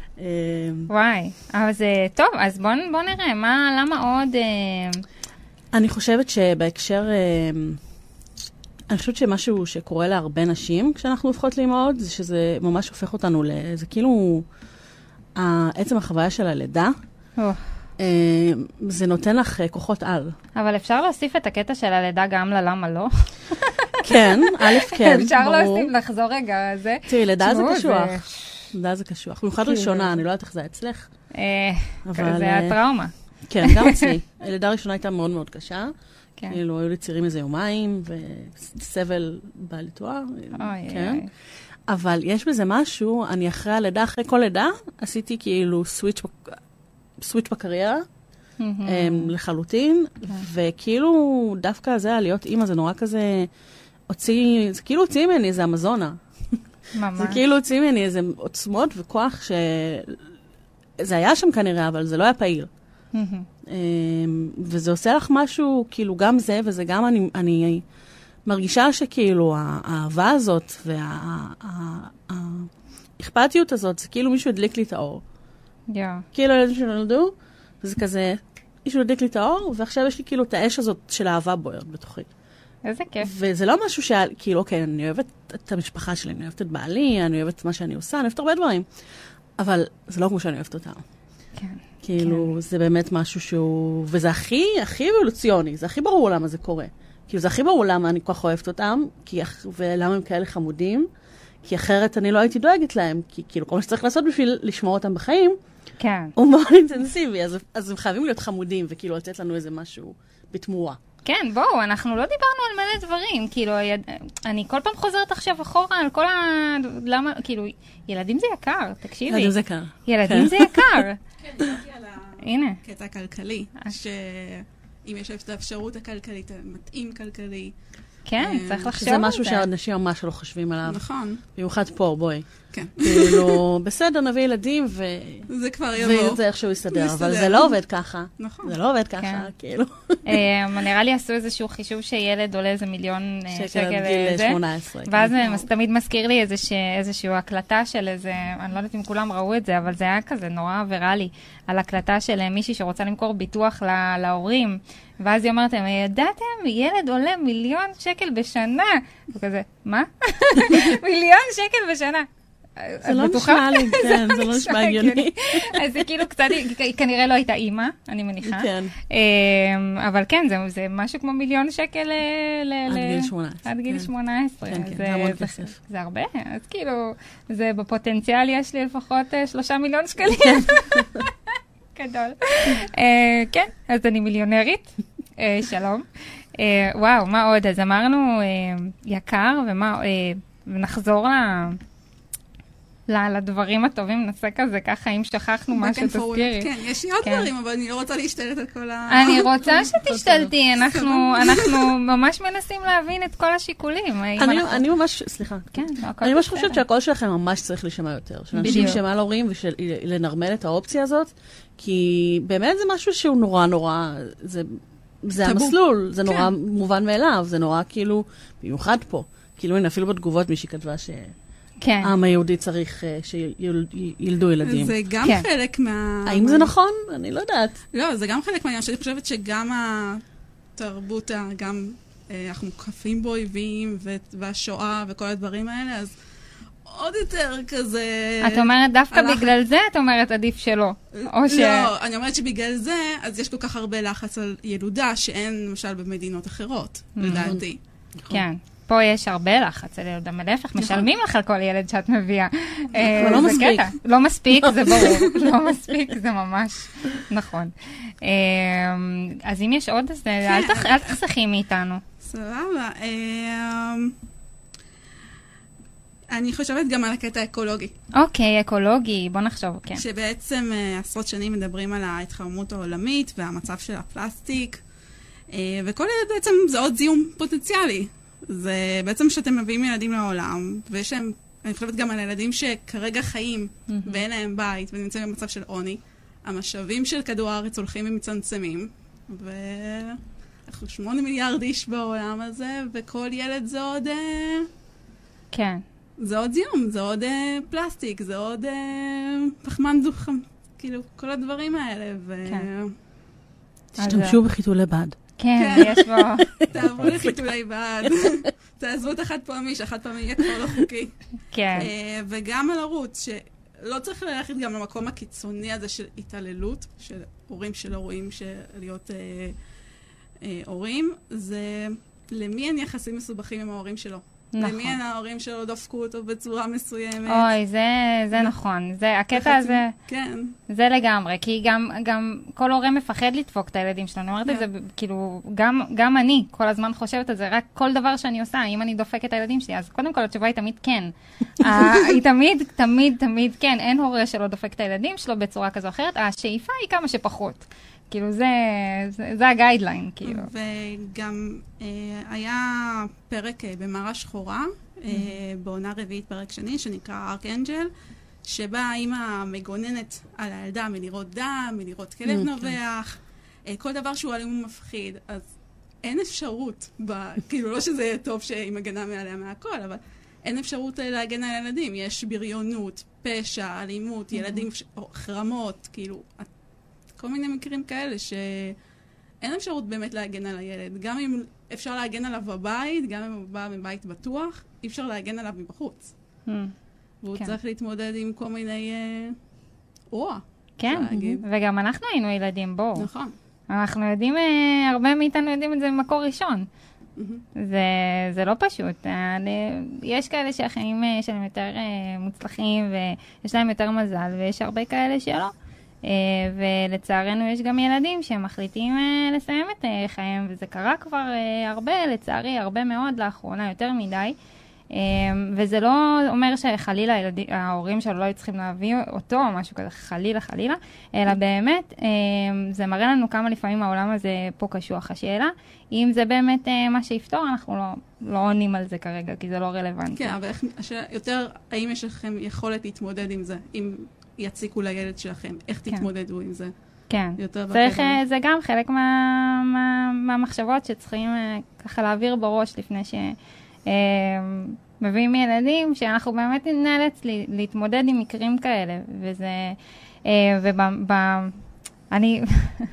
וואי, אבל זה טוב, אז בוא נראה, למה עוד... אני חושבת שבהקשר, אני חושבת שמשהו שקורה להרבה נשים, כשאנחנו הופכות לאמהות, זה שזה ממש הופך אותנו זה כאילו, עצם החוויה של הלידה, זה נותן לך כוחות על. אבל אפשר להוסיף את הקטע של הלידה גם ללמה לא? כן, א', כן, אפשר ברור. להוסיף, לחזור רגע, זה... תראי, לידה זה תשמעו, קשוח. לידה זה קשוח. במיוחד ראשונה, אני לא יודעת איך זה אצלך. אבל, זה הטראומה. כן, גם אצלי. הלידה הראשונה הייתה מאוד מאוד קשה. כן. כאילו, היו לי צירים איזה יומיים, וסבל בל יתואר. כן. אבל יש בזה משהו, אני אחרי הלידה, אחרי כל לידה, עשיתי כאילו סוויץ' בקריירה, לחלוטין, וכאילו דווקא זה, להיות אימא, זה נורא כזה, זה כאילו הוציא ממני איזה אמזונה. ממש. זה כאילו הוציא ממני איזה עוצמות וכוח זה היה שם כנראה, אבל זה לא היה פעיל. וזה עושה לך משהו, כאילו גם זה, וזה גם אני מרגישה שכאילו האהבה הזאת והאכפתיות הזאת, זה כאילו מישהו הדליק לי את האור. כאילו ילדים שנולדו, וזה כזה, מישהו הדליק לי את האור, ועכשיו יש לי כאילו את האש הזאת של האהבה בוערת בתוכי. איזה כיף. וזה לא משהו כאילו, אוקיי, אני אוהבת את המשפחה שלי, אני אוהבת את בעלי, אני אוהבת את מה שאני עושה, אני אוהבת הרבה דברים. אבל זה לא כמו שאני אוהבת אותם. כן. כאילו, זה באמת משהו שהוא... וזה הכי אבולוציוני, זה הכי ברור למה זה קורה. כאילו, זה הכי ברור למה אני כל כך אוהבת אותם, ולמה הם כאלה חמודים, כי אחרת אני לא הייתי דואגת להם, כי כאילו, כל מה שצריך לעשות בשביל לשמור אותם בחיים, כן. הוא מאוד אינטנסיבי, אז הם חייבים להיות חמודים, וכאילו, לתת לנו איזה משהו בתמורה. כן, בואו, אנחנו לא דיברנו על מלא דברים, כאילו, אני כל פעם חוזרת עכשיו אחורה על כל למה, כאילו, ילדים זה יקר, תקשיבי. ילדים זה יקר. ילדים זה יקר. כן, דיברתי על הנה. הקטע הכלכלי, שאם יש את האפשרות הכלכלית, המתאים כלכלי. כן, צריך לחשוב זה על משהו שאנשים ממש לא חושבים עליו. נכון. במיוחד פה, בואי. כן. כאילו, בסדר, נביא ילדים זה כבר יבוא. וזה איכשהו יסתדר, אבל זה לא עובד ככה. נכון. זה לא עובד ככה, כאילו. נראה לי עשו איזשהו חישוב שילד עולה איזה מיליון שקל. עד גיל 18. ואז זה תמיד מזכיר לי איזושהי הקלטה של איזה, אני לא יודעת אם כולם ראו את זה, אבל זה היה כזה נורא ויראלי, על הקלטה של מישהי שרוצה למכור ביטוח להורים. ואז היא אומרת, ידעתם, ילד עולה 1,000,000 שקל בשנה. וכזה, מה? 1,000,000 שקל בשנה. זה לא נשמע לי, כן, זה לא נשמע הגיוני. אז זה כאילו קצת, כנראה לא הייתה אימא, אני מניחה. כן. אבל כן, זה משהו כמו 1,000,000 שקל עד גיל 18. עד גיל 18. כן, כן, זה המון כסף. זה הרבה, אז כאילו, זה בפוטנציאל יש לי לפחות 3 מיליון שקלים. גדול. כן, אז אני מיליונרית. שלום. וואו, מה עוד? אז אמרנו יקר, ונחזור לדברים הטובים, נעשה כזה ככה, אם שכחנו משהו, תזכירי. כן, יש לי עוד דברים, אבל אני לא רוצה להשתלט על כל ה... אני רוצה שתשתלטי, אנחנו ממש מנסים להבין את כל השיקולים. אני ממש, סליחה. אני ממש חושבת שהקול שלכם ממש צריך להישמע יותר. שאנשים שמע להורים ולנרמל את האופציה הזאת, כי באמת זה משהו שהוא נורא נורא, זה המסלול, זה נורא מובן מאליו, זה נורא כאילו, במיוחד פה. כאילו, הנה, אפילו בתגובות מישהי כתבה העם היהודי צריך שילדו ילדים. זה גם חלק מה... האם זה נכון? אני לא יודעת. לא, זה גם חלק מהעניין, שאני חושבת שגם התרבות, גם אנחנו מוקפים באויבים, והשואה וכל הדברים האלה, אז עוד יותר כזה... את אומרת דווקא בגלל זה, את אומרת עדיף שלא. לא, אני אומרת שבגלל זה, אז יש כל כך הרבה לחץ על ילודה, שאין למשל במדינות אחרות, לדעתי. כן. פה יש הרבה לחץ על ילדה, מלהפך, משלמים לך על כל ילד שאת מביאה. אבל לא מספיק. לא מספיק, זה ברור. לא מספיק, זה ממש נכון. אז אם יש עוד, אז אל תחסכי מאיתנו. סבבה. אני חושבת גם על הקטע האקולוגי. אוקיי, אקולוגי, בוא נחשוב, כן. שבעצם עשרות שנים מדברים על ההתחממות העולמית והמצב של הפלסטיק, וכל ילד בעצם זה עוד זיהום פוטנציאלי. זה בעצם שאתם מביאים ילדים לעולם, ויש להם, אני חושבת גם על ילדים שכרגע חיים ואין להם בית ונמצאים במצב של עוני. המשאבים של כדור הארץ הולכים ומצמצמים, ואנחנו 8 מיליארד איש בעולם הזה, וכל ילד זה עוד... כן. זה עוד זיהום, זה עוד פלסטיק, זה עוד פחמן דו-חמצני, כאילו, כל הדברים האלה, כן. תשתמשו בחיתולי בד. כן, יש בו... תעברו לחיתולי בד. תעזבו את החד פעמי, שהחד פעמי יהיה כבר לא חוקי. כן. וגם על ערוץ, לא צריך ללכת גם למקום הקיצוני הזה של התעללות, של הורים שלא רואים להיות הורים. זה למי אין יחסים מסובכים עם ההורים שלו. נכון. למי אין ההורים שלו דפקו אותו בצורה מסוימת. אוי, זה נכון. זה, הקטע הזה, כן. זה לגמרי, כי גם כל הורה מפחד לדפוק את הילדים שלנו. אני אומרת את זה, כאילו, גם אני כל הזמן חושבת על זה, רק כל דבר שאני עושה, אם אני דופקת את הילדים שלי, אז קודם כל התשובה היא תמיד כן. היא תמיד כן. אין הורה שלא דופק את הילדים שלו בצורה כזו או אחרת, השאיפה היא כמה שפחות. כאילו, זה הגיידליין, כאילו. וגם היה פרק במערה שחורה, בעונה רביעית פרק שני, שנקרא ארק-אנג'ל, שבה האמא מגוננת על הילדה מלראות דם, מלראות כלב נובח, כל דבר שהוא אלים ומפחיד. אז אין אפשרות, כאילו, לא שזה יהיה טוב שהיא מגנה מעליה מהכל, אבל אין אפשרות להגן על ילדים. יש בריונות, פשע, אלימות, ילדים, חרמות, כאילו... כל מיני מקרים כאלה שאין אפשרות באמת להגן על הילד. גם אם אפשר להגן עליו בבית, גם אם הוא בא מבית בטוח, אי אפשר להגן עליו מבחוץ. והוא צריך להתמודד עם כל מיני רוע. כן, וגם אנחנו היינו ילדים, בואו. נכון. אנחנו יודעים, הרבה מאיתנו יודעים את זה במקור ראשון. זה לא פשוט. יש כאלה שהחיים שלהם יותר מוצלחים ויש להם יותר מזל, ויש הרבה כאלה שלא. ולצערנו יש גם ילדים שמחליטים לסיים את חייהם, וזה קרה כבר הרבה, לצערי, הרבה מאוד לאחרונה, יותר מדי. וזה לא אומר שחלילה ההורים שלו לא היו צריכים להביא אותו או משהו כזה, חלילה, אלא באמת זה מראה לנו כמה לפעמים העולם הזה פה קשוח. השאלה, אם זה באמת מה שיפתור, אנחנו לא עונים על זה כרגע, כי זה לא רלוונטי. כן, אבל יותר, האם יש לכם יכולת להתמודד עם זה? אם יציקו לילד שלכם, איך תתמודדו עם זה? כן, זה גם חלק מהמחשבות שצריכים ככה להעביר בראש לפני שמביאים ילדים, שאנחנו באמת נאלץ להתמודד עם מקרים כאלה, אני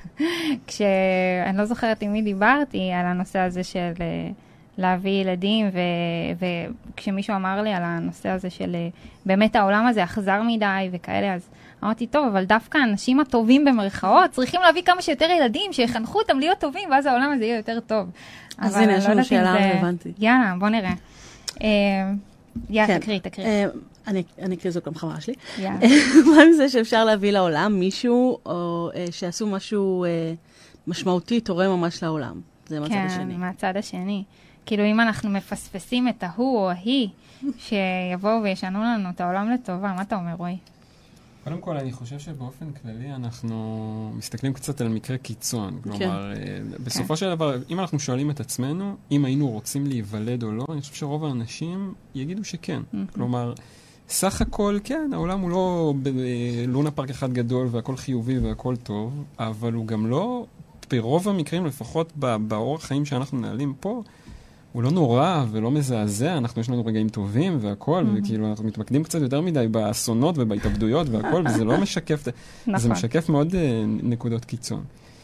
לא זוכרת עם מי דיברתי על הנושא הזה של להביא ילדים, וכשמישהו אמר לי על הנושא הזה של באמת העולם הזה אכזר מדי וכאלה, אז אמרתי, טוב, אבל דווקא האנשים הטובים במרכאות צריכים להביא כמה שיותר ילדים שיחנכו אותם להיות טובים, ואז העולם הזה יהיה יותר טוב. אז הנה, יש לנו שאלה רלוונטית. יאללה, בוא נראה. יאללה, תקריא. אני אקריא זאת גם חמרה שלי. מה עם זה שאפשר להביא לעולם מישהו, או שעשו משהו משמעותי, תורם ממש לעולם? זה מהצד השני. כן, מהצד השני. כאילו, אם אנחנו מפספסים את ההוא או ההיא, שיבואו וישנו לנו את העולם לטובה, מה אתה אומר, רועי? קודם כל, אני חושב שבאופן כללי אנחנו מסתכלים קצת על מקרה קיצון. כלומר, בסופו של דבר, אם אנחנו שואלים את עצמנו, אם היינו רוצים להיוולד או לא, אני חושב שרוב האנשים יגידו שכן. כלומר, סך הכל, כן, העולם הוא לא לונה פארק אחד גדול והכל חיובי והכל טוב, אבל הוא גם לא, ברוב המקרים, לפחות באורח חיים שאנחנו נעלים פה, הוא לא נורא ולא מזעזע, יש לנו רגעים טובים והכל, וכאילו אנחנו מתמקדים קצת יותר מדי באסונות ובהתאבדויות והכל, וזה לא משקף, זה משקף מאוד נקודות קיצון.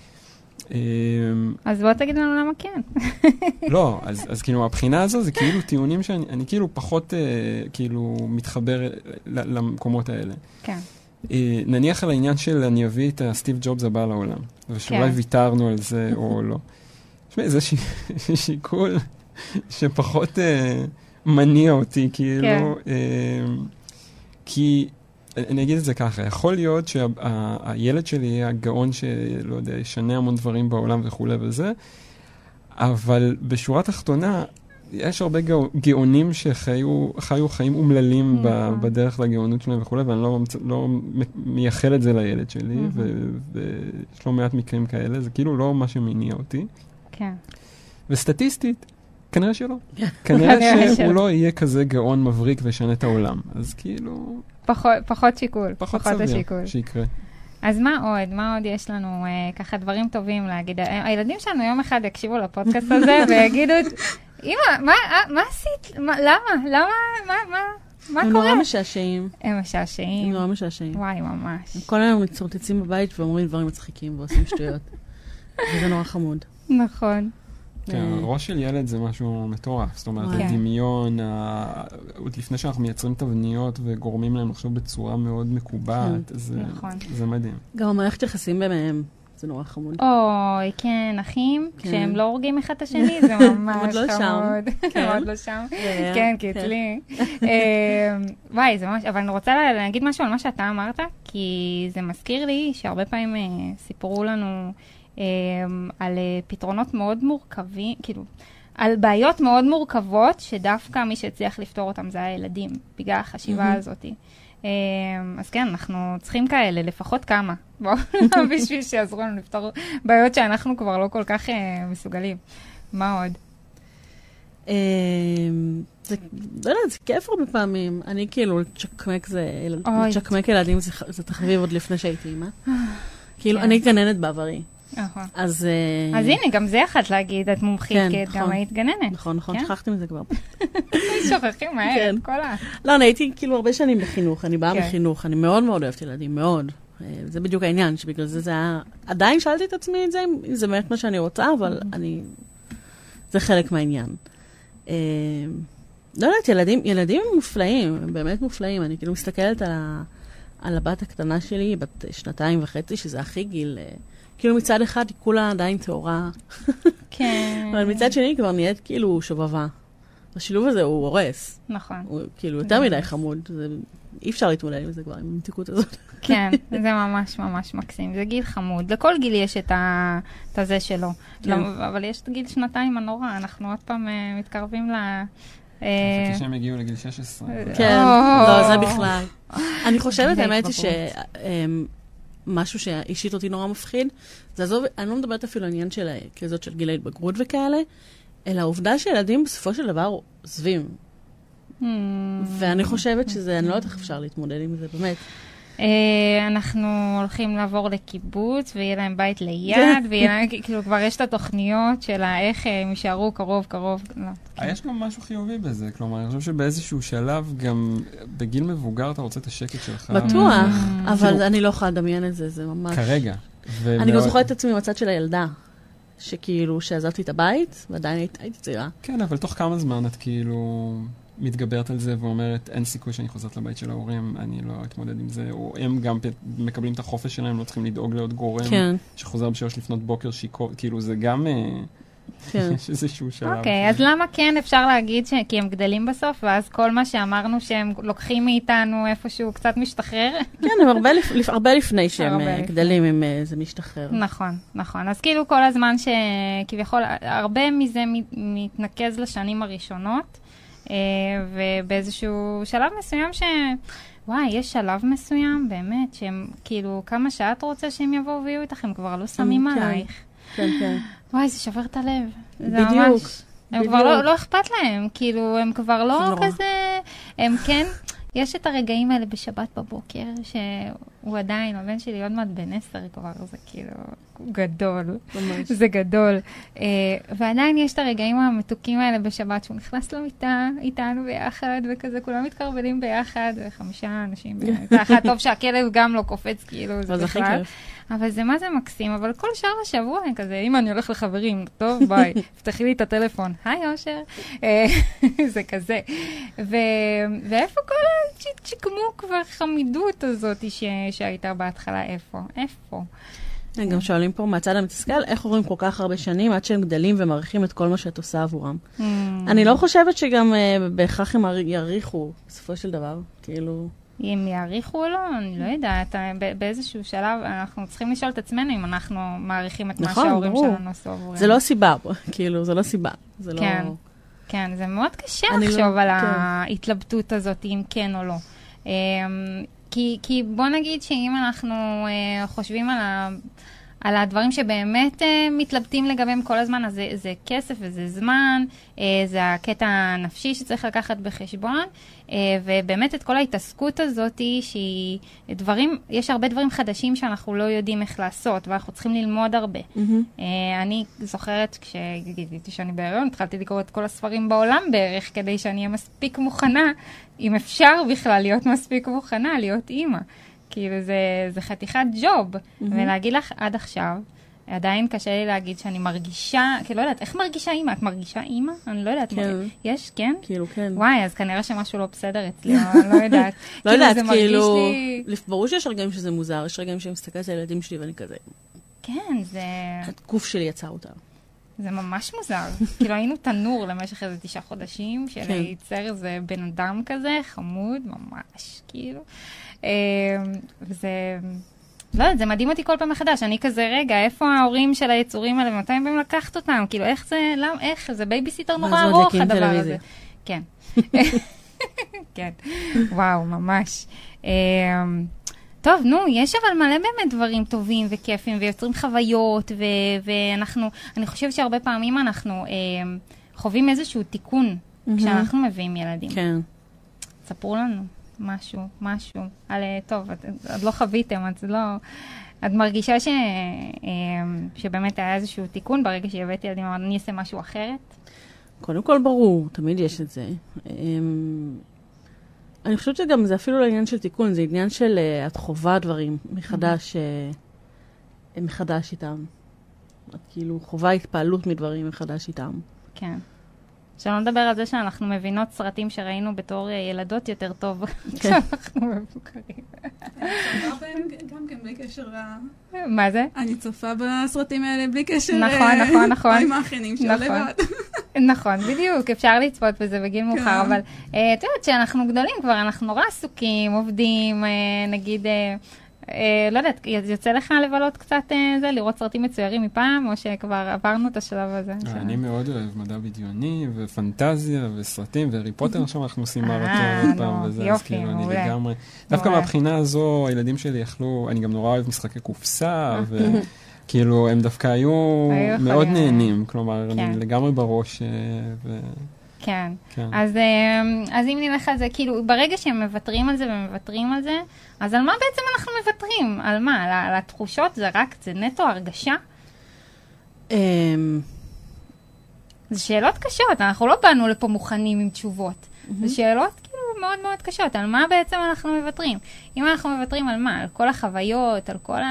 אז בוא תגיד לנו למה כן. לא, אז כאילו הבחינה הזו זה כאילו טיעונים שאני כאילו פחות כאילו מתחבר למקומות האלה. כן. נניח על העניין של אני אביא את סטיב ג'ובס הבא לעולם, ושאולי ויתרנו על זה או לא. תשמע, זה שיקול שפחות מניע אותי, כאילו, כי אני אגיד את זה ככה, יכול להיות שהילד שלי יהיה הגאון שלא יודע, ישנה המון דברים בעולם וכו' וזה, אבל בשורה התחתונה, יש הרבה גאונים שחיו חיים אומללים בדרך לגאונות שלהם וכו', ואני לא מייחל את זה לילד שלי, ויש לא מעט מקרים כאלה, זה כאילו לא מה שמניע אותי. כן. וסטטיסטית, כנראה שלא. כנראה שהוא לא יהיה כזה גאון מבריק וישנה את העולם. אז כאילו... פחות שיקול. פחות סביר שיקרה. אז מה עוד יש לנו ככה דברים טובים להגיד? הילדים שלנו יום אחד יקשיבו לפודקאסט הזה ויגידו, אמא, מה עשית? למה? מה קורה? הם נורא משעשעים. הם משעשעים. הם נורא משעשעים. וואי, ממש. הם כל היום מצורטצים בבית ואומרים דברים מצחיקים ועושים שטויות. וזה נורא חמוד. נכון. כן, ראש של ילד זה משהו מטורף. זאת אומרת, הדמיון, עוד לפני שאנחנו מייצרים תבניות וגורמים להם לחשוב בצורה מאוד מקובעת, זה מדהים. גם המערכת יחסים ביניהם. זה נורא חמוד. אוי, כן, אחים, כשהם לא הורגים אחד את השני, זה ממש חמוד. עוד לא שם. כן, כי אצלי. וואי, זה ממש, אבל אני רוצה להגיד משהו על מה שאתה אמרת, כי זה מזכיר לי שהרבה פעמים סיפרו לנו על פתרונות מאוד מורכבים, כאילו, על בעיות מאוד מורכבות, שדווקא מי שהצליח לפתור אותם זה הילדים, בגלל החשיבה הזאת. אז כן, אנחנו צריכים כאלה, לפחות כמה, בשביל שיעזרו לנו לפתור בעיות שאנחנו כבר לא כל כך מסוגלים. מה עוד? זה כיף הרבה פעמים. אני כאילו, צ'קמק ילדים זה תחביב עוד לפני שהייתי אימא. כאילו, אני גננת בעברי. אז הנה, גם זה יכולת להגיד, את מומחית, כי את גם היית גננת. נכון, שכחתי מזה כבר. שוכחים מהר, כל לא, אני הייתי כאילו הרבה שנים בחינוך, אני באה מחינוך, אני מאוד מאוד אוהבת ילדים, מאוד. זה בדיוק העניין, שבגלל זה היה... עדיין שאלתי את עצמי את זה, אם זה באמת מה שאני רוצה, אבל זה חלק מהעניין. לא יודעת, ילדים מופלאים, הם באמת מופלאים. אני כאילו מסתכלת על הבת הקטנה שלי, בת 2.5, שזה הכי גיל... כאילו מצד אחד היא כולה עדיין תאורה. כן. אבל מצד שני היא כבר נהיית כאילו שובבה. השילוב הזה הוא הורס. נכון. הוא כאילו יותר מדי חמוד. אי אפשר להתמודד עם זה כבר, עם המתיקות הזאת. כן, זה ממש ממש מקסים. זה גיל חמוד. לכל גיל יש את הזה שלו. אבל יש את גיל 2 הנורא. אנחנו עוד פעם מתקרבים חשבתי שהם הגיעו לגיל 16. כן, לא, זה בכלל. אני חושבת, האמת היא משהו שאישית אותי נורא מפחיד, זה עזוב, אני לא מדברת אפילו עניין של כזאת של גילי התבגרות וכאלה, אלא העובדה שילדים בסופו של דבר עוזבים. ואני חושבת שזה, אני לא יודעת איך אפשר להתמודד עם זה, באמת. אנחנו הולכים לעבור לקיבוץ, ויהיה להם בית ליד, כאילו כבר יש את התוכניות של איך הם יישארו קרוב. יש גם משהו חיובי בזה, כלומר, אני חושב שבאיזשהו שלב, גם בגיל מבוגר אתה רוצה את השקט שלך. בטוח, אבל אני לא יכולה לדמיין את זה, זה ממש... כרגע. אני גם זוכרת את עצמי מצד של הילדה, שכאילו, שעזבתי את הבית, ועדיין הייתי צעירה. כן, אבל תוך כמה זמן את כאילו... מתגברת על זה ואומרת, אין סיכוי שאני חוזרת לבית של ההורים, אני לא אתמודד עם זה, או הם גם מקבלים את החופש שלהם, לא צריכים לדאוג לעוד גורם, שחוזר בשלוש לפנות בוקר שיקור, כאילו זה גם, יש איזשהו שלב. אוקיי, אז למה כן אפשר להגיד כי הם גדלים בסוף, ואז כל מה שאמרנו שהם לוקחים מאיתנו איפשהו קצת משתחרר? כן, הם הרבה לפני שהם גדלים, הם זה משתחרר. נכון. אז כאילו כל הזמן שכביכול, הרבה מזה מתנקז לשנים הראשונות, ובאיזשהו שלב מסוים וואי, יש שלב מסוים, באמת, שהם, כאילו, כמה שאת רוצה שהם יבואו ויהיו איתך, הם כבר לא שמים עלייך. כן. וואי, זה שובר את הלב. בדיוק. הם כבר לא אכפת להם, כאילו, הם כבר לא כזה, הם כן, יש את הרגעים האלה בשבת בבוקר, שהוא עדיין, הבן שלי עוד מעט בן 10 כבר, זה כאילו, הוא גדול. ממש. זה גדול. ועדיין יש את הרגעים המתוקים האלה בשבת, שהוא נכנס למיטה איתנו ביחד, וכזה, כולם מתקרבלים ביחד, 5 אנשים ביחד. טוב שהכלב גם לא קופץ, כאילו, זה בכלל. אבל זה מה זה מקסים, אבל כל שאר השבוע אני כזה, אם אני הולך לחברים, טוב, ביי, פתחי לי את הטלפון, היי אושר, זה כזה. ואיפה כל הצ'יקמוק והחמידות הזאת שהייתה בהתחלה, איפה? גם שואלים פה מהצד המתסכל, איך עוברים כל כך הרבה שנים עד שהם גדלים ומעריכים את כל מה שאת עושה עבורם. אני לא חושבת שגם בהכרח הם יעריכו, בסופו של דבר, כאילו... אם יעריכו או לא, אני לא יודעת. באיזשהו שלב אנחנו צריכים לשאול את עצמנו אם אנחנו מעריכים את מה שההורים שלנו עשו עבורם. זה לא סיבה, כאילו, זה לא סיבה. כן, זה מאוד קשה לחשוב על ההתלבטות הזאת, אם כן או לא. כי בוא נגיד שאם אנחנו חושבים על הדברים שבאמת מתלבטים לגביהם כל הזמן, אז זה כסף וזה זמן, זה הקטע הנפשי שצריך לקחת בחשבון, ובאמת את כל ההתעסקות הזאת שהיא דברים, יש הרבה דברים חדשים שאנחנו לא יודעים איך לעשות, ואנחנו צריכים ללמוד הרבה. אני זוכרת כשגיליתי שאני בהיריון, התחלתי לקרוא את כל הספרים בעולם בערך, כדי שאני אהיה מספיק מוכנה, אם אפשר בכלל להיות מספיק מוכנה, להיות אימא. כאילו זה חתיכת ג'וב, ולהגיד לך עד עכשיו, עדיין קשה לי להגיד שאני מרגישה, כי לא יודעת, איך מרגישה אימא? את מרגישה אימא? אני לא יודעת. כן. יש, כן? כאילו, כן. וואי, אז כנראה שמשהו לא בסדר אצלי, אני לא יודעת. לא יודעת, זה מרגיש כאילו, לי... ברור שיש רגעים שזה מוזר, יש רגעים שאני מסתכלת על הילדים שלי ואני כזה, כן, זה... הגוף שלי יצר אותם. זה ממש מוזר. כאילו היינו תנור למשך איזה 9 חודשים, כן. שלייצר איזה בן אדם כזה, חמוד, ממש, כאילו. וזה... לא יודעת, זה מדהים אותי כל פעם מחדש. אני כזה, רגע, איפה ההורים של היצורים האלה, ומתי הם באים לקחת אותם? כאילו, איך זה, למה, איך? זה בייביסיטר נורא ארוך, הדבר הזה. כן. כן. וואו, ממש. טוב, נו, יש אבל מלא באמת דברים טובים וכיפים, ויוצרים חוויות, ואנחנו, אני חושבת שהרבה פעמים אנחנו חווים איזשהו תיקון, כשאנחנו מביאים ילדים. כן. ספרו לנו משהו. טוב, עוד לא חוויתם, אז לא... את מרגישה שבאמת היה איזשהו תיקון ברגע שהבאתי ילדים, אבל אני אעשה משהו אחרת? קודם כל ברור, תמיד יש את זה. אני חושבת שגם זה אפילו לא עניין של תיקון, זה עניין של את חובה דברים מחדש איתם. את כאילו חובה התפעלות מדברים מחדש איתם. כן. שלא נדבר על זה שאנחנו מבינות סרטים שראינו בתור ילדות יותר טוב, כשאנחנו מבוקרים. אני צופה בהם גם כן בלי קשר מה זה? אני צופה בסרטים האלה בלי קשר נכון. עם האחיינים של לבד. נכון, בדיוק, אפשר לצפות בזה בגיל מאוחר, אבל את יודעת שאנחנו גדולים כבר, אנחנו נורא עסוקים, עובדים, נגיד... לא יודעת, יוצא לך לבלות קצת זה, לראות סרטים מצוירים מפעם, או שכבר עברנו את השלב הזה? אני מאוד אוהב מדע בדיוני, ופנטזיה, וסרטים, והארי פוטר עכשיו אנחנו עושים מרתון עוד פעם, וזה, אז כאילו אני לגמרי... דווקא מהבחינה הזו, הילדים שלי יכלו, אני גם נורא אוהב משחקי קופסה, וכאילו הם דווקא היו מאוד נהנים, כלומר, אני לגמרי בראש, כן. אז אם נלך על זה, כאילו, ברגע שהם מוותרים על זה ומוותרים על זה, אז על מה בעצם אנחנו מוותרים? על מה? על התחושות? זה רק, זה נטו הרגשה? זה שאלות קשות, אנחנו לא באנו לפה מוכנים עם תשובות. זה שאלות כאילו מאוד מאוד קשות, על מה בעצם אנחנו מוותרים? אם אנחנו מוותרים על מה? על כל החוויות, על כל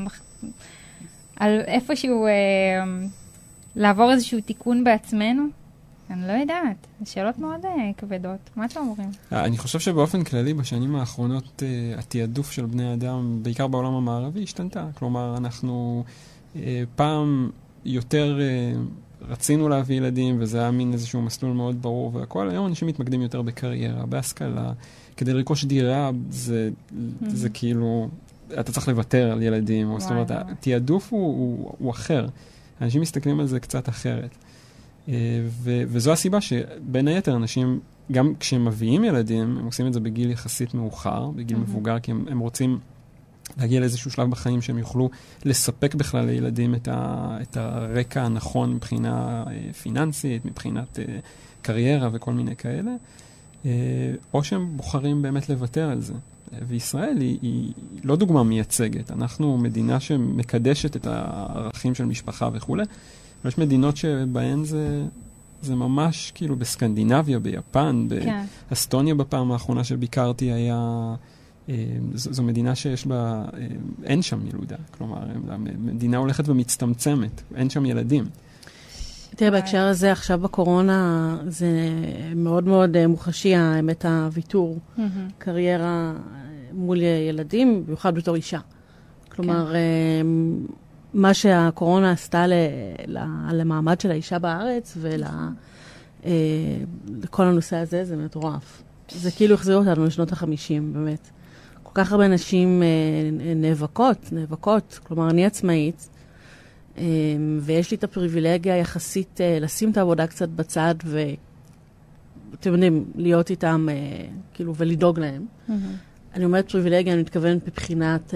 על איפשהו לעבור איזשהו תיקון בעצמנו? אני לא יודעת, זה שאלות מאוד כבדות. מה אתם אומרים? אני חושב שבאופן כללי, בשנים האחרונות, התיעדוף של בני אדם, בעיקר בעולם המערבי, השתנתה. כלומר, אנחנו פעם יותר רצינו להביא ילדים, וזה היה מין איזשהו מסלול מאוד ברור, והכל היום אנשים מתמקדים יותר בקריירה, בהשכלה. כדי לרכוש דירה, זה כאילו, אתה צריך לוותר על ילדים. זאת אומרת, התיעדוף הוא אחר. אנשים מסתכלים על זה קצת אחרת. וזו הסיבה שבין היתר אנשים, גם כשהם מביאים ילדים, הם עושים את זה בגיל יחסית מאוחר, בגיל מבוגר, כי הם רוצים להגיע לאיזשהו שלב בחיים שהם יוכלו לספק בכלל לילדים את הרקע הנכון מבחינה פיננסית, מבחינת קריירה וכל מיני כאלה, או שהם בוחרים באמת לוותר על זה. וישראל היא לא דוגמה מייצגת. אנחנו מדינה שמקדשת את הערכים של משפחה וכו'. יש מדינות שבהן זה ממש כאילו בסקנדינביה, ביפן, באסטוניה בפעם האחרונה שביקרתי היה, זו מדינה שיש בה, אין שם ילודה. כלומר, המדינה הולכת ומצטמצמת, אין שם ילדים. תראה, בהקשר הזה, עכשיו בקורונה, זה מאוד מאוד מוחשי, האמת הוויתור, קריירה מול ילדים, במיוחד בתור אישה. כלומר, מה שהקורונה עשתה למעמד של האישה בארץ ולכל הנושא הזה, זה מטורף. זה כאילו החזיר אותנו לשנות ה-50, באמת. כל כך הרבה נשים נאבקות, כלומר, אני עצמאית, ויש לי את הפריבילגיה יחסית לשים את העבודה קצת בצד, ואתם יודעים, להיות איתם, כאילו, ולדאוג להם. אני אומרת פריבילגיה, אני מתכוונת מבחינת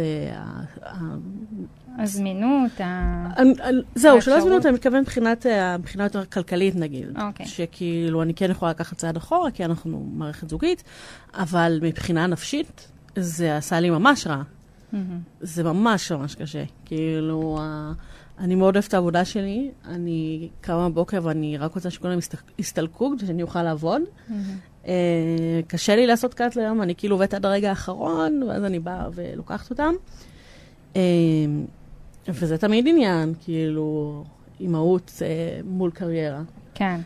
הזמינות, זהו, שלא הזמינות, אני מתכוונת מבחינת יותר כלכלית, נגיד. שכאילו, אני כן יכולה לקחת צעד אחורה, כי אנחנו מערכת זוגית, אבל מבחינה נפשית, זה עשה לי ממש רע. זה ממש קשה. כאילו, אני מאוד אוהבת את העבודה שלי, אני קמה בבוקר ואני רק רוצה שכולם יסתלקו, כדי שאני אוכל לעבוד. קשה לי לעשות קאט ליום, אני כאילו עובדת עד הרגע האחרון, ואז אני באה ולוקחת אותם. וזה תמיד עניין, כאילו, אימהות מול קריירה. כן,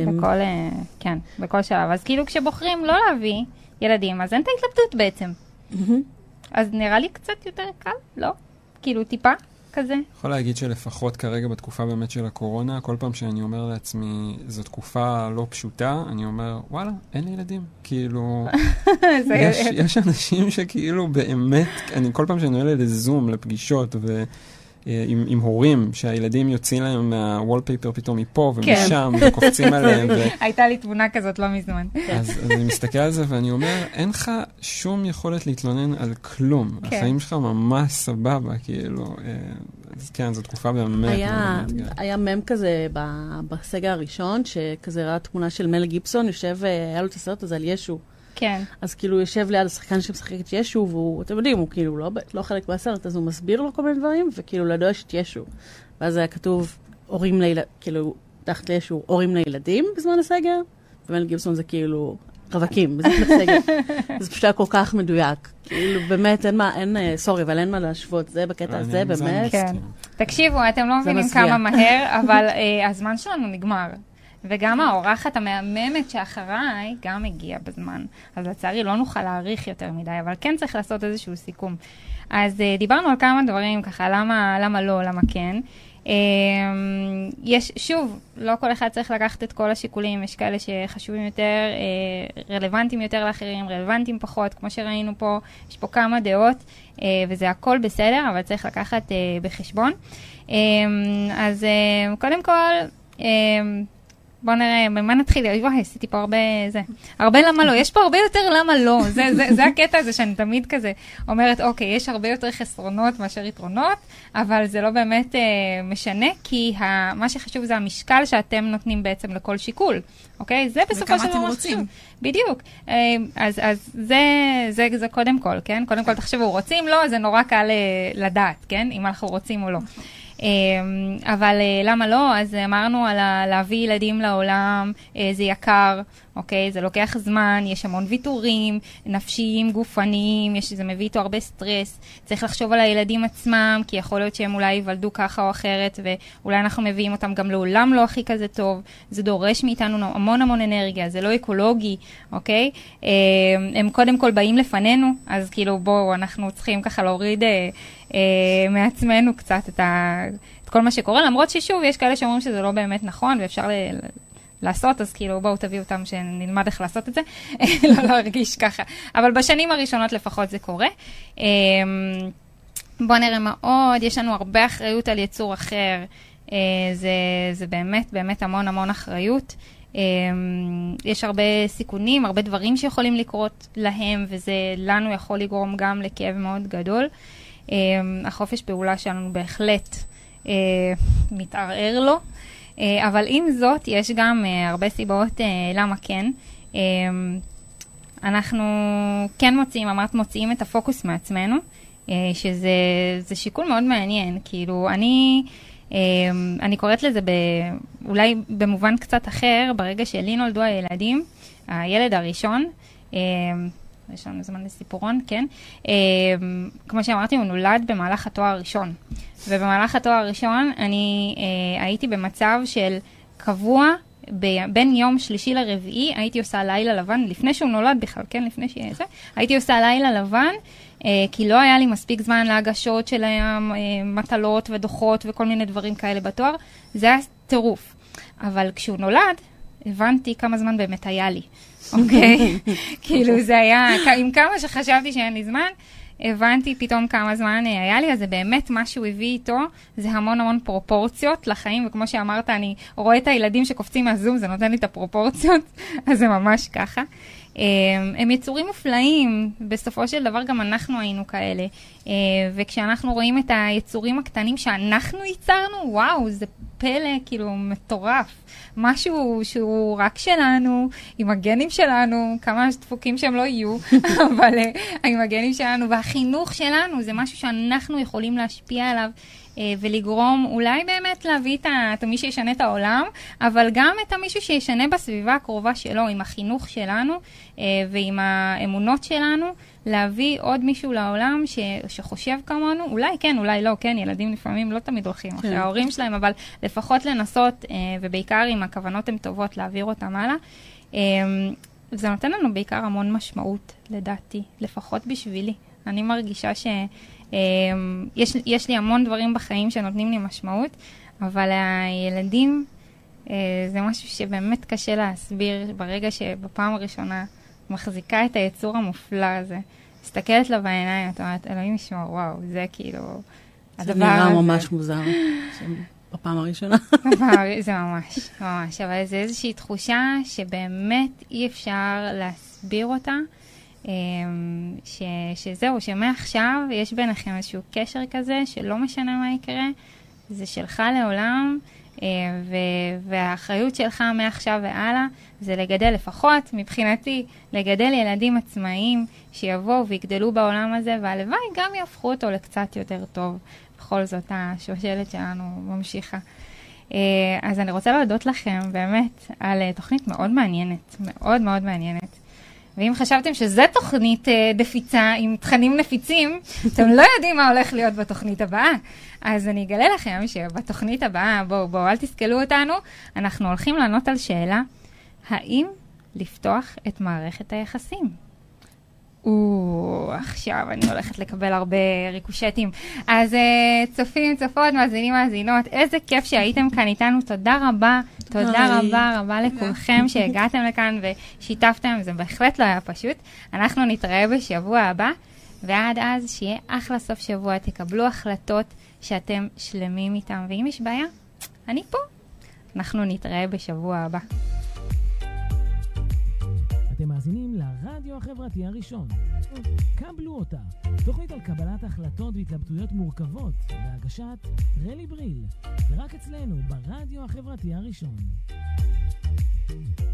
בכל שלב. אז כאילו כשבוחרים לא להביא ילדים, אז אין את ההתלבטות בעצם. אז נראה לי קצת יותר קל, לא? כאילו טיפה כזה. יכול להגיד שלפחות כרגע בתקופה באמת של הקורונה, כל פעם שאני אומר לעצמי, זו תקופה לא פשוטה, אני אומר, וואלה, אין לי ילדים. כאילו, יש אנשים שכאילו באמת, כל פעם שאני עולה לזום, לפגישות עם הורים, שהילדים יוצאים להם מהוולפייפר פתאום מפה ומשם, וקופצים עליהם. הייתה לי תמונה כזאת לא מזמן. אז אני מסתכל על זה ואני אומר, אין לך שום יכולת להתלונן על כלום. החיים שלך ממש סבבה, כאילו. אז כן, זו תקופה באמת. היה מם כזה בסגר הראשון, שכזה ראה תמונה של מל גיבסון, יושב, היה לו את הסרט הזה על ישו. כן. אז כאילו יושב ליד השחקן שמשחק את ישו, והוא, אתם יודעים, הוא כאילו לא חלק בסרט, אז הוא מסביר לו כל מיני דברים, וכאילו לידו יש את ישו. ואז היה כתוב, כאילו, תחת לישו, הורים לילדים בזמן הסגר, ומל גיבסון זה כאילו רווקים, בזמן הסגר. זה פשוט היה כל כך מדויק. כאילו, באמת, סורי, אבל אין מה להשוות, זה בקטע הזה, באמת. כן. תקשיבו, אתם לא מבינים כמה מהר, אבל הזמן שלנו נגמר. וגם האורחת המהממת שאחריי גם הגיעה בזמן. אז לצערי לא נוכל להאריך יותר מדי, אבל כן צריך לעשות איזשהו סיכום. אז דיברנו על כמה דברים, ככה, למה לא, למה כן. יש, שוב, לא כל אחד צריך לקחת את כל השיקולים, יש כאלה שחשובים יותר, רלוונטיים יותר לאחרים, רלוונטיים פחות, כמו שראינו פה, יש פה כמה דעות, וזה הכל בסדר, אבל צריך לקחת בחשבון. אז קודם כל, בואו נראה, במה נתחיל? וואי, עשיתי פה הרבה למה לא. יש פה הרבה יותר למה לא. זה הקטע הזה שאני תמיד כזה אומרת, אוקיי, יש הרבה יותר חסרונות מאשר יתרונות, אבל זה לא באמת משנה, כי מה שחשוב זה המשקל שאתם נותנים בעצם לכל שיקול. אוקיי? זה בסופו של דבר. וכמה אתם רוצים. בדיוק. אז זה קודם כל, כן? קודם כל תחשבו, רוצים לא, זה נורא קל לדעת, כן? אם אנחנו רוצים או לא. אבל למה לא? אז אמרנו על להביא ילדים לעולם, זה יקר, אוקיי? זה לוקח זמן, יש המון ויתורים, נפשיים, גופניים, זה מביא איתו הרבה סטרס. צריך לחשוב על הילדים עצמם, כי יכול להיות שהם אולי ייוולדו ככה או אחרת, ואולי אנחנו מביאים אותם גם לעולם לא הכי כזה טוב. זה דורש מאיתנו המון המון אנרגיה, זה לא אקולוגי, אוקיי? הם קודם כל באים לפנינו, אז כאילו בואו, אנחנו צריכים ככה להוריד מעצמנו קצת את כל מה שקורה, למרות ששוב, יש כאלה שאומרים שזה לא באמת נכון, ואפשר לעשות, אז כאילו בואו תביאו אותם שנלמד איך לעשות את זה, לא להרגיש ככה. אבל בשנים הראשונות לפחות זה קורה. בואו נראה מה עוד, יש לנו הרבה אחריות על יצור אחר, זה באמת, באמת המון המון אחריות. יש הרבה סיכונים, הרבה דברים שיכולים לקרות להם, וזה לנו יכול לגרום גם לכאב מאוד גדול. החופש פעולה שלנו בהחלט מתערער לו, אבל עם זאת יש גם הרבה סיבות למה כן. אנחנו כן מוציאים את הפוקוס מעצמנו, שזה שיקול מאוד מעניין. כאילו אני קוראת לזה אולי במובן קצת אחר, ברגע שלי נולדו הילדים, הילד הראשון, יש לנו זמן לסיפורון, כן? כמו שאמרתי, הוא נולד במהלך התואר הראשון. ובמהלך התואר הראשון אני הייתי במצב של קבוע, בין יום שלישי לרביעי, הייתי עושה לילה לבן, לפני שהוא נולד בכלל, כן? לפני שזה, הייתי עושה לילה לבן, כי לא היה לי מספיק זמן להגשות של מטלות ודוחות וכל מיני דברים כאלה בתואר. זה היה טירוף. אבל כשהוא נולד, הבנתי כמה זמן באמת היה לי. אוקיי? כאילו זה היה, עם כמה שחשבתי שאין לי זמן, הבנתי פתאום כמה זמן היה לי, אז זה באמת מה שהוא הביא איתו, זה המון המון פרופורציות לחיים, וכמו שאמרת, אני רואה את הילדים שקופצים מהזום, זה נותן לי את הפרופורציות, אז זה ממש ככה. הם יצורים מופלאים, בסופו של דבר גם אנחנו היינו כאלה, וכשאנחנו רואים את היצורים הקטנים שאנחנו ייצרנו, וואו, זה פלא כאילו מטורף. משהו שהוא רק שלנו, עם הגנים שלנו, כמה דפוקים שהם לא יהיו, אבל עם הגנים שלנו והחינוך שלנו, זה משהו שאנחנו יכולים להשפיע עליו ולגרום, אולי באמת להביא את מי שישנה את העולם, אבל גם את מישהו שישנה בסביבה הקרובה שלו, עם החינוך שלנו ועם האמונות שלנו, להביא עוד מישהו לעולם שחושב כמונו, אולי כן, אולי לא, כן, ילדים לפעמים לא תמיד הולכים אחרי ההורים שלהם, אבל לפחות לנסות, ובעיקר אם הכוונות הן טובות, להעביר אותם הלאה. זה נותן לנו בעיקר המון משמעות, לדעתי, לפחות בשבילי. אני מרגישה יש לי המון דברים בחיים שנותנים לי משמעות, אבל הילדים זה משהו שבאמת קשה להסביר ברגע שבפעם הראשונה מחזיקה את היצור המופלא הזה. מסתכלת לה בעיניים, את אומרת, אלוהים ישמור, וואו, זה כאילו זה נראה ממש מוזר, בפעם הראשונה. זה ממש, ממש, אבל זה איזושהי תחושה שבאמת אי אפשר להסביר אותה, שזהו, שמעכשיו יש ביניכם איזשהו קשר כזה, שלא משנה מה יקרה, זה שלך לעולם, והאחריות שלך מעכשיו והלאה, זה לגדל לפחות, מבחינתי, לגדל ילדים עצמאיים שיבואו ויגדלו בעולם הזה, והלוואי גם יהפכו אותו לקצת יותר טוב. בכל זאת, השושלת שלנו ממשיכה. אז אני רוצה להודות לכם באמת על תוכנית מאוד מעניינת, מאוד מאוד מעניינת. ואם חשבתם שזו תוכנית דפיצה עם תכנים נפיצים, אתם לא יודעים מה הולך להיות בתוכנית הבאה. אז אני אגלה לכם שבתוכנית הבאה, בואו, אל תסכלו אותנו, אנחנו הולכים לענות על שאלה, האם לפתוח את מערכת היחסים? עכשיו אני הולכת לקבל הרבה ריקושטים. אז צופים, צופות, מאזינים, מאזינות, איזה כיף שהייתם כאן איתנו. תודה רבה, תודה רבה רבה לכולכם שהגעתם לכאן ושיתפתם, זה בהחלט לא היה פשוט. אנחנו נתראה בשבוע הבא, ועד אז שיהיה אחלה סוף שבוע, תקבלו החלטות שאתם שלמים איתם, ואם יש בעיה, אני פה. אנחנו נתראה בשבוע הבא. אתם מאזינים לרדיו החברתי הראשון. קבלו אותה, תוכנית על קבלת החלטות והתלבטויות מורכבות, בהגשת רלי בריל, ורק אצלנו ברדיו החברתי הראשון.